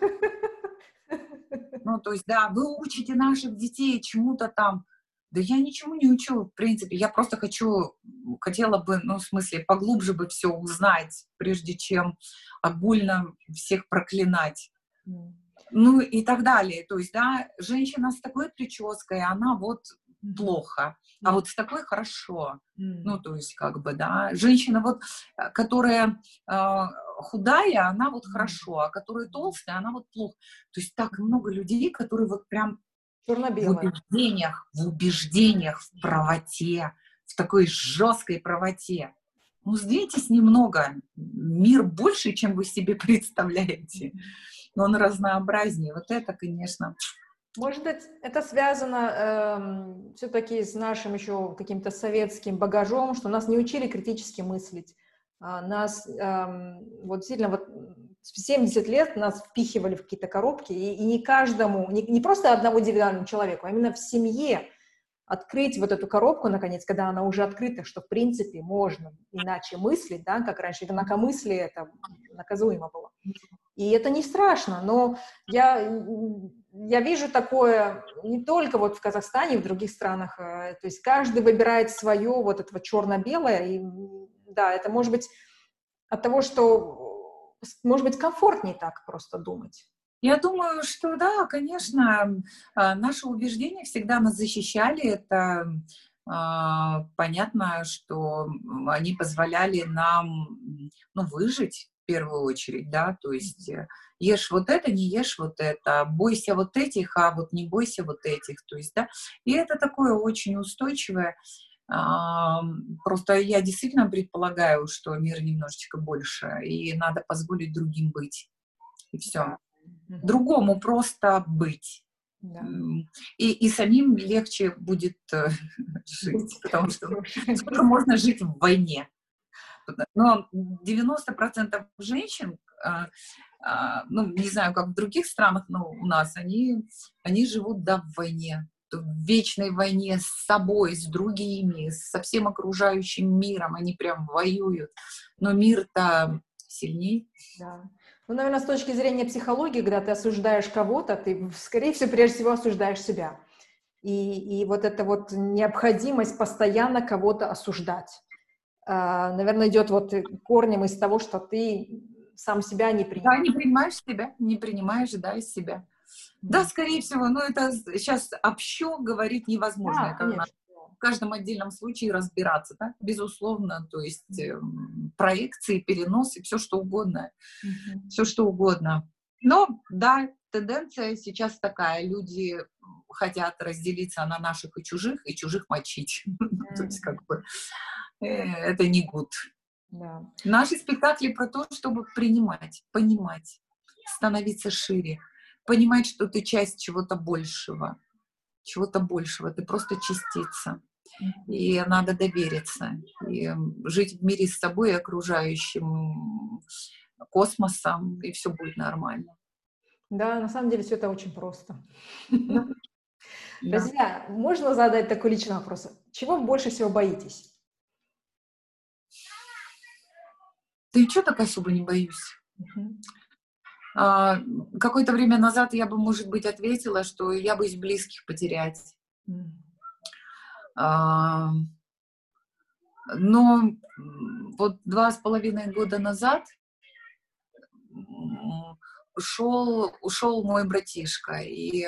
Ну, то есть, да, вы учите наших детей чему-то там. Да я ничему не учу, в принципе, я просто хочу, хотела бы, ну, в смысле, поглубже бы все узнать, прежде чем огульно всех проклинать. Mm. Ну, и так далее. То есть, да, женщина с такой прической, она вот mm. плохо, mm. а вот с такой хорошо. Mm. Ну, то есть, как бы, да, женщина вот, которая э, худая, она вот mm. хорошо, а которая толстая, она вот плохо. То есть, так много людей, которые вот прям в убеждениях, в убеждениях, в правоте, в такой жесткой правоте. Ну, сдвиньтесь немного. Мир больше, чем вы себе представляете. Но он разнообразнее. Вот это, конечно... Может быть, это связано э, все-таки с нашим еще каким-то советским багажом, что нас не учили критически мыслить. А нас э, вот сильно вот в семьдесят лет нас впихивали в какие-то коробки, и, и не каждому, не, не просто одному индивидуальному человеку, а именно в семье открыть вот эту коробку, наконец, когда она уже открыта, что, в принципе, можно иначе мыслить, да, как раньше, инакомыслие это наказуемо было. И это не страшно, но я, я вижу такое не только вот в Казахстане, в других странах, то есть каждый выбирает свое вот этого черно-белое, и да, это может быть от того, что может быть комфортнее так просто думать. Я думаю, что да, конечно, наши убеждения всегда нас защищали. Это э, понятно, что они позволяли нам, ну, выжить в первую очередь, да, то есть ешь вот это, не ешь вот это, бойся вот этих, а вот не бойся вот этих, то есть, да, и это такое очень устойчивое. Э, просто я действительно предполагаю, что мир немножечко больше, и надо позволить другим быть, и все. Другому просто быть. Да. И, и самим легче будет э, жить, потому что сколько можно жить в войне. Но девяносто процентов женщин, э, э, ну, не знаю, как в других странах, но у нас, они, они живут, да, в войне. В вечной войне с собой, с другими, со всем окружающим миром. Они прям воюют. Но мир-то сильней. Да. Ну, наверное, с точки зрения психологии, когда ты осуждаешь кого-то, ты, скорее всего, прежде всего осуждаешь себя. И, и вот эта вот необходимость постоянно кого-то осуждать, наверное, идет вот корнем из того, что ты сам себя не принимаешь. Да, не принимаешь себя, не принимаешь, да, из себя. Да, скорее всего, но это сейчас общо говорить невозможно. Да, конечно. В каждом отдельном случае разбираться, да, безусловно, то есть э, проекции, переносы, все что угодно, mm-hmm. все что угодно. Но, да, тенденция сейчас такая, люди хотят разделиться на наших и чужих, и чужих мочить. То есть как бы это не good. Наши спектакли про то, чтобы принимать, понимать, становиться шире, понимать, что ты часть чего-то большего, чего-то большего, ты просто частица. И надо довериться, и жить в мире с собой и окружающим космосом, и все будет нормально. Да, на самом деле все это очень просто. Да. Друзья, можно задать такой личный вопрос? Чего вы больше всего боитесь? Да ничего так особо не боюсь. Uh-huh. А, какое-то время назад я бы, может быть, ответила, что я боюсь близких потерять. Uh-huh. А, но вот два с половиной года назад ушел, ушел мой братишка, и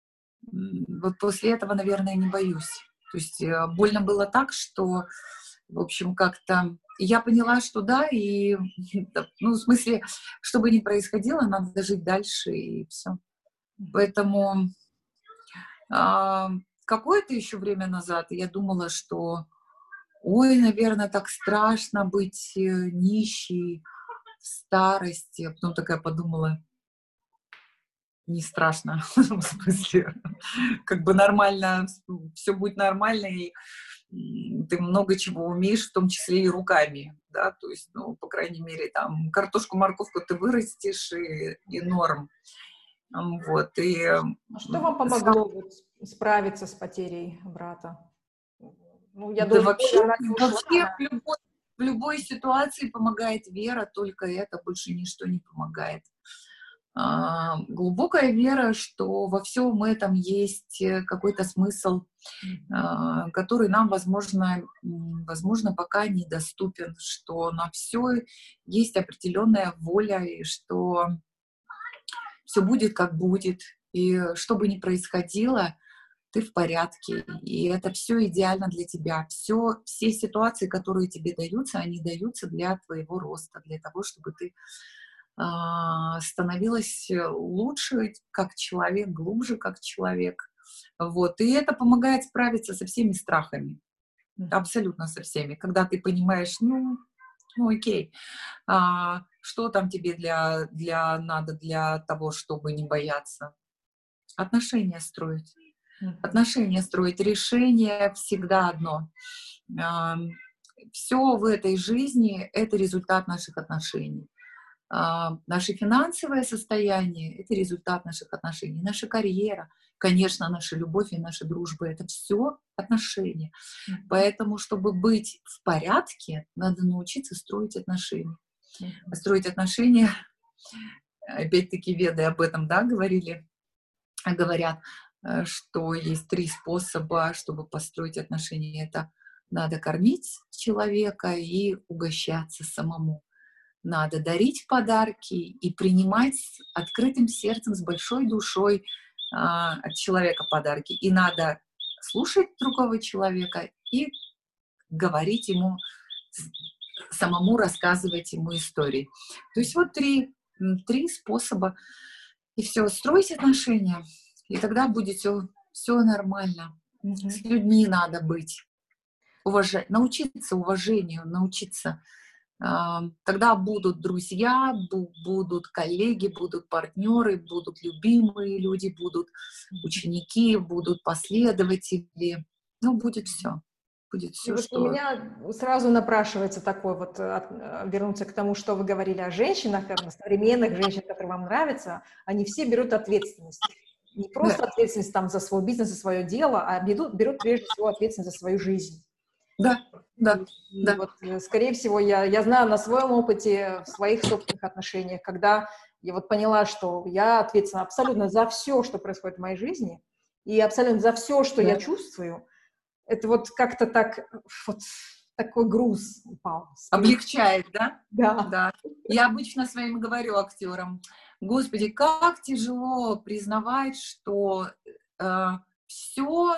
вот после этого, наверное, не боюсь. То есть больно было так, что, в общем, как-то я поняла, что да, и, ну, в смысле, что бы ни происходило, надо жить дальше, и все. Поэтому а, какое-то еще время назад я думала, что, ой, наверное, так страшно быть нищей в старости. А потом такая подумала, не страшно, в смысле, как бы нормально, все будет нормально, и ты много чего умеешь, в том числе и руками, да, то есть, ну, по крайней мере, там, картошку, морковку ты вырастешь, и, и норм, вот, и... А что вам помогло вот справиться с потерей брата? Ну, я да думаю, вообще, вообще в, любой, в любой ситуации помогает вера, только это, больше ничто не помогает. А, глубокая вера, что во всем этом есть какой-то смысл, а, который нам, возможно, возможно, пока недоступен, что на все есть определенная воля, и что все будет, как будет, и что бы ни происходило, ты в порядке, и это все идеально для тебя. Все, все ситуации, которые тебе даются, они даются для твоего роста, для того, чтобы ты становилась лучше как человек, глубже как человек. Вот. И это помогает справиться со всеми страхами. Абсолютно со всеми. Когда ты понимаешь, ну, ну окей, а, что там тебе для, для, надо для того, чтобы не бояться? Отношения строить. Отношения строить. Решение всегда одно. А, все в этой жизни — это результат наших отношений. Uh, наше финансовое состояние — это результат наших отношений, наша карьера, конечно, наша любовь и наша дружба — это все отношения. Mm-hmm. Поэтому, чтобы быть в порядке, надо научиться строить отношения. Mm-hmm. Строить отношения, опять-таки веды об этом, да, говорили, говорят, что есть три способа, чтобы построить отношения. Это надо кормить человека и угощаться самому. Надо дарить подарки и принимать с открытым сердцем, с большой душой э, от человека подарки. И надо слушать другого человека и говорить ему, самому рассказывать ему истории. То есть вот три, три способа. И все, стройте отношения, и тогда будет все, все нормально. Mm-hmm. С людьми надо быть. Уважать, научиться уважению, научиться... Тогда будут друзья, будут коллеги, будут партнеры, будут любимые люди, будут ученики, будут последователи. Ну, будет все. Будет все, вот что... У меня сразу напрашивается такой вот, вернуться к тому, что вы говорили о женщинах, о современных женщинах, которые вам нравятся, они все берут ответственность. Не просто да. ответственность там за свой бизнес, за свое дело, а берут, берут прежде всего ответственность за свою жизнь. Да, да, и, да. И вот, скорее всего, я, я знаю на своем опыте, в своих собственных отношениях, когда я вот поняла, что я ответственна абсолютно за все, что происходит в моей жизни, и абсолютно за все, что да. я чувствую, это вот как-то так, вот такой груз упал. Облегчает, да? Да. Да. Я обычно своим говорю актерам, Господи, как тяжело признавать, что э, все...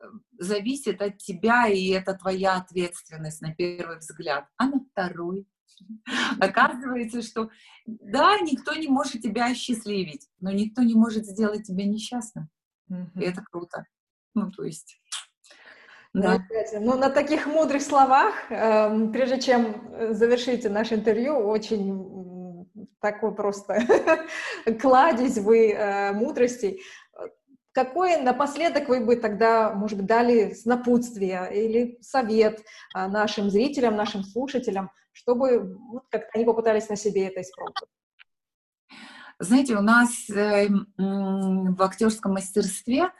зависит от тебя, и это твоя ответственность на первый взгляд. А на второй? Оказывается, что да, никто не может тебя осчастливить, но никто не может сделать тебя несчастным. И это круто. Ну, то есть... Да. Ну, на таких мудрых словах, э, прежде чем завершить наше интервью, очень такой просто кладезь вы э, мудростей. Какой напоследок вы бы тогда, может быть, дали напутствие или совет э, нашим зрителям, нашим слушателям, чтобы вот, как-то они попытались на себе это испробовать? Знаете, у нас э, в актерском мастерстве,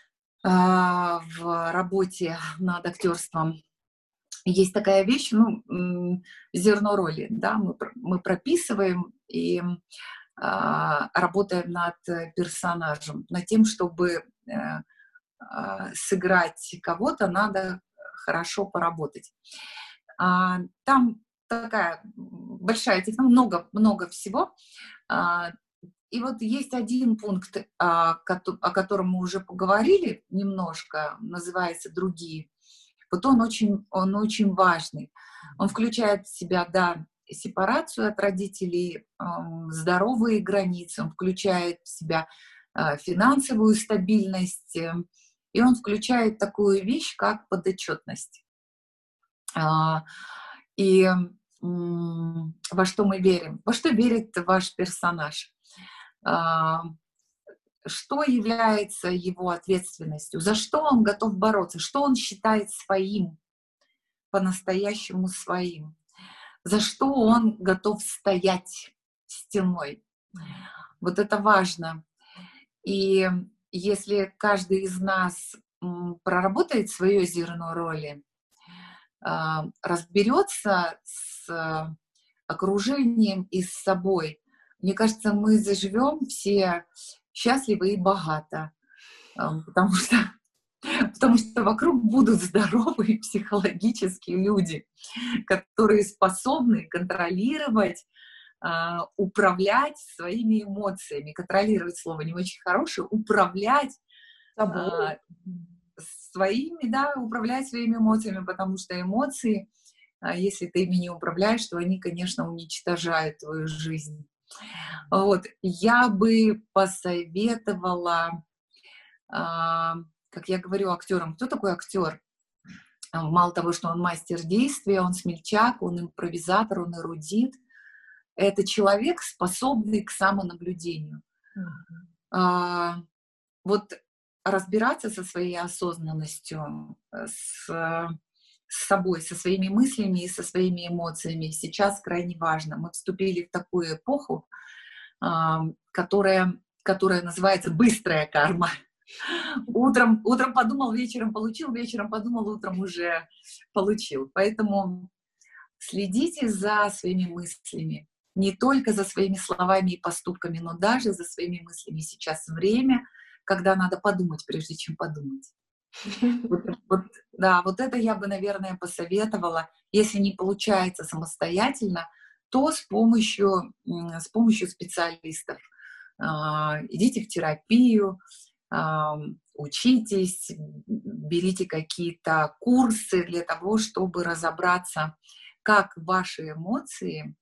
в работе над актерством есть такая вещь, ну, зерно роли, да, мы, мы прописываем и а, работаем над персонажем, над тем, чтобы а, а, сыграть кого-то, надо хорошо поработать. А, там такая большая технология, много, много всего. А, И вот есть один пункт, о котором мы уже поговорили немножко, называется «Другие». Вот он очень, он очень важный. Он включает в себя, да, сепарацию от родителей, здоровые границы, он включает в себя финансовую стабильность, и он включает такую вещь, как подотчетность. И во что мы верим? Во что верит ваш персонаж? Что является его ответственностью, за что он готов бороться, что он считает своим, по-настоящему своим, за что он готов стоять стеной. Вот это важно. И если каждый из нас проработает свое зерно роли, разберется с окружением и с собой, мне кажется, мы заживем все счастливо и богато, потому что, потому что вокруг будут здоровые психологические люди, которые способны контролировать, управлять своими эмоциями. Контролировать слово не очень хорошее, управлять Собой. своими, да, управлять своими эмоциями, потому что эмоции, если ты ими не управляешь, то они, конечно, уничтожают твою жизнь. Вот, я бы посоветовала, а, как я говорю актерам, кто такой актер? Мало того, что он мастер действия, он смельчак, он импровизатор, он эрудит. Это человек, способный к самонаблюдению. Mm-hmm. А, вот разбираться со своей осознанностью, с, с собой, со своими мыслями и со своими эмоциями сейчас крайне важно. Мы вступили в такую эпоху, которая, которая называется быстрая карма. Утром, утром подумал, вечером получил, вечером подумал, утром уже получил. Поэтому следите за своими мыслями. Не только за своими словами и поступками, но даже за своими мыслями. Сейчас время, когда надо подумать, прежде чем подумать. Вот, вот, да, вот это я бы, наверное, посоветовала. Если не получается самостоятельно, то с помощью, с помощью специалистов. Идите в терапию, учитесь, берите какие-то курсы для того, чтобы разобраться, как ваши эмоции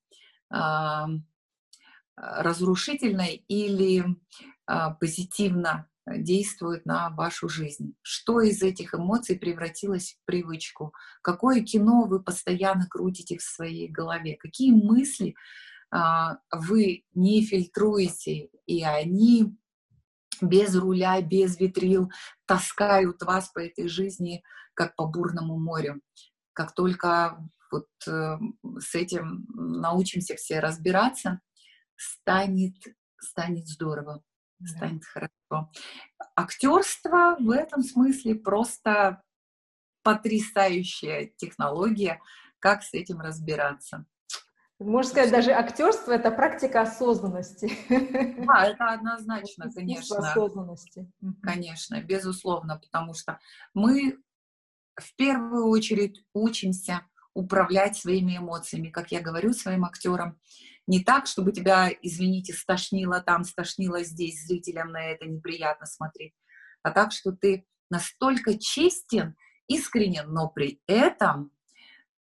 разрушительно или позитивно действуют на вашу жизнь. Что из этих эмоций превратилось в привычку? Какое кино вы постоянно крутите в своей голове? Какие мысли а, вы не фильтруете, и они без руля, без ветрил таскают вас по этой жизни, как по бурному морю. Как только вот э, с этим научимся все разбираться, станет, станет здорово. Станет хорошо. Актерство в этом смысле просто потрясающая технология, как с этим разбираться. Можно сказать, даже актерство — это практика осознанности. Да, это однозначно, конечно. Осознанности. Конечно, безусловно, потому что мы в первую очередь учимся управлять своими эмоциями, как я говорю своим актерам. Не так, чтобы тебя, извините, стошнило там, стошнило здесь, зрителям на это неприятно смотреть, а так, что ты настолько честен, искренен, но при этом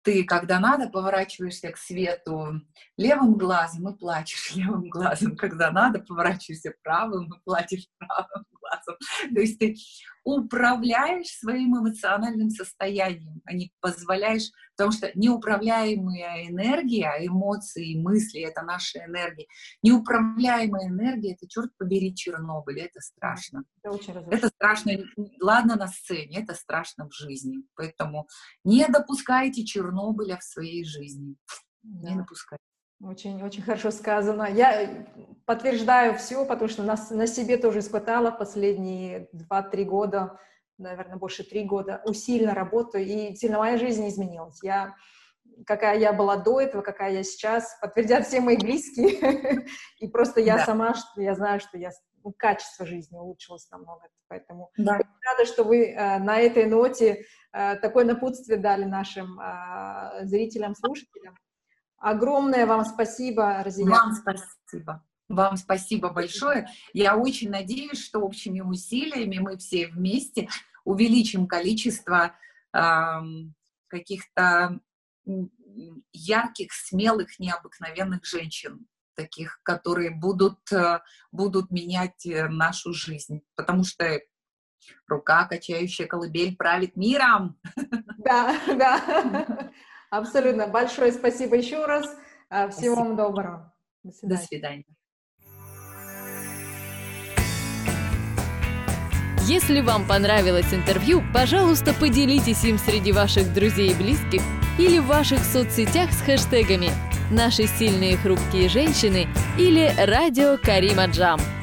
ты, когда надо, поворачиваешься к свету левым глазом и плачешь левым глазом. Когда надо, поворачиваешься правым и плачешь правым глазом. То есть ты управляешь своим эмоциональным состоянием, а не позволяешь, потому что неуправляемая энергия, эмоции, мысли — это наша энергия. Неуправляемая энергия — это, черт побери, Чернобыль, это страшно. Это, очень это страшно, ладно, на сцене, это страшно в жизни. Поэтому не допускайте Чернобыля в своей жизни. Да. Не допускайте. Очень, очень хорошо сказано. Я подтверждаю все, потому что на, на себе тоже испытала последние два-три года, наверное, больше три года, усиленно работаю, и сильно моя жизнь изменилась. Я, какая я была до этого, какая я сейчас, подтвердят все мои близкие. И просто я сама, я знаю, что я, ну, качество жизни улучшилось намного. Поэтому да. рада, что вы э, на этой ноте э, такое напутствие дали нашим э, зрителям, слушателям. Огромное вам спасибо, Разия. Вам спасибо. Вам спасибо большое. Я очень надеюсь, что общими усилиями мы все вместе увеличим количество э, каких-то ярких, смелых, необыкновенных женщин, таких, которые будут, э, будут менять нашу жизнь. Потому что рука, качающая колыбель, правит миром. Да, да. Абсолютно. Большое спасибо еще раз. Всего спасибо. Вам доброго. До свидания. До свидания. Если вам понравилось интервью, пожалуйста, поделитесь им среди ваших друзей и близких или в ваших соцсетях с хэштегами «Наши сильные хрупкие женщины» или «Радио Карима Джам».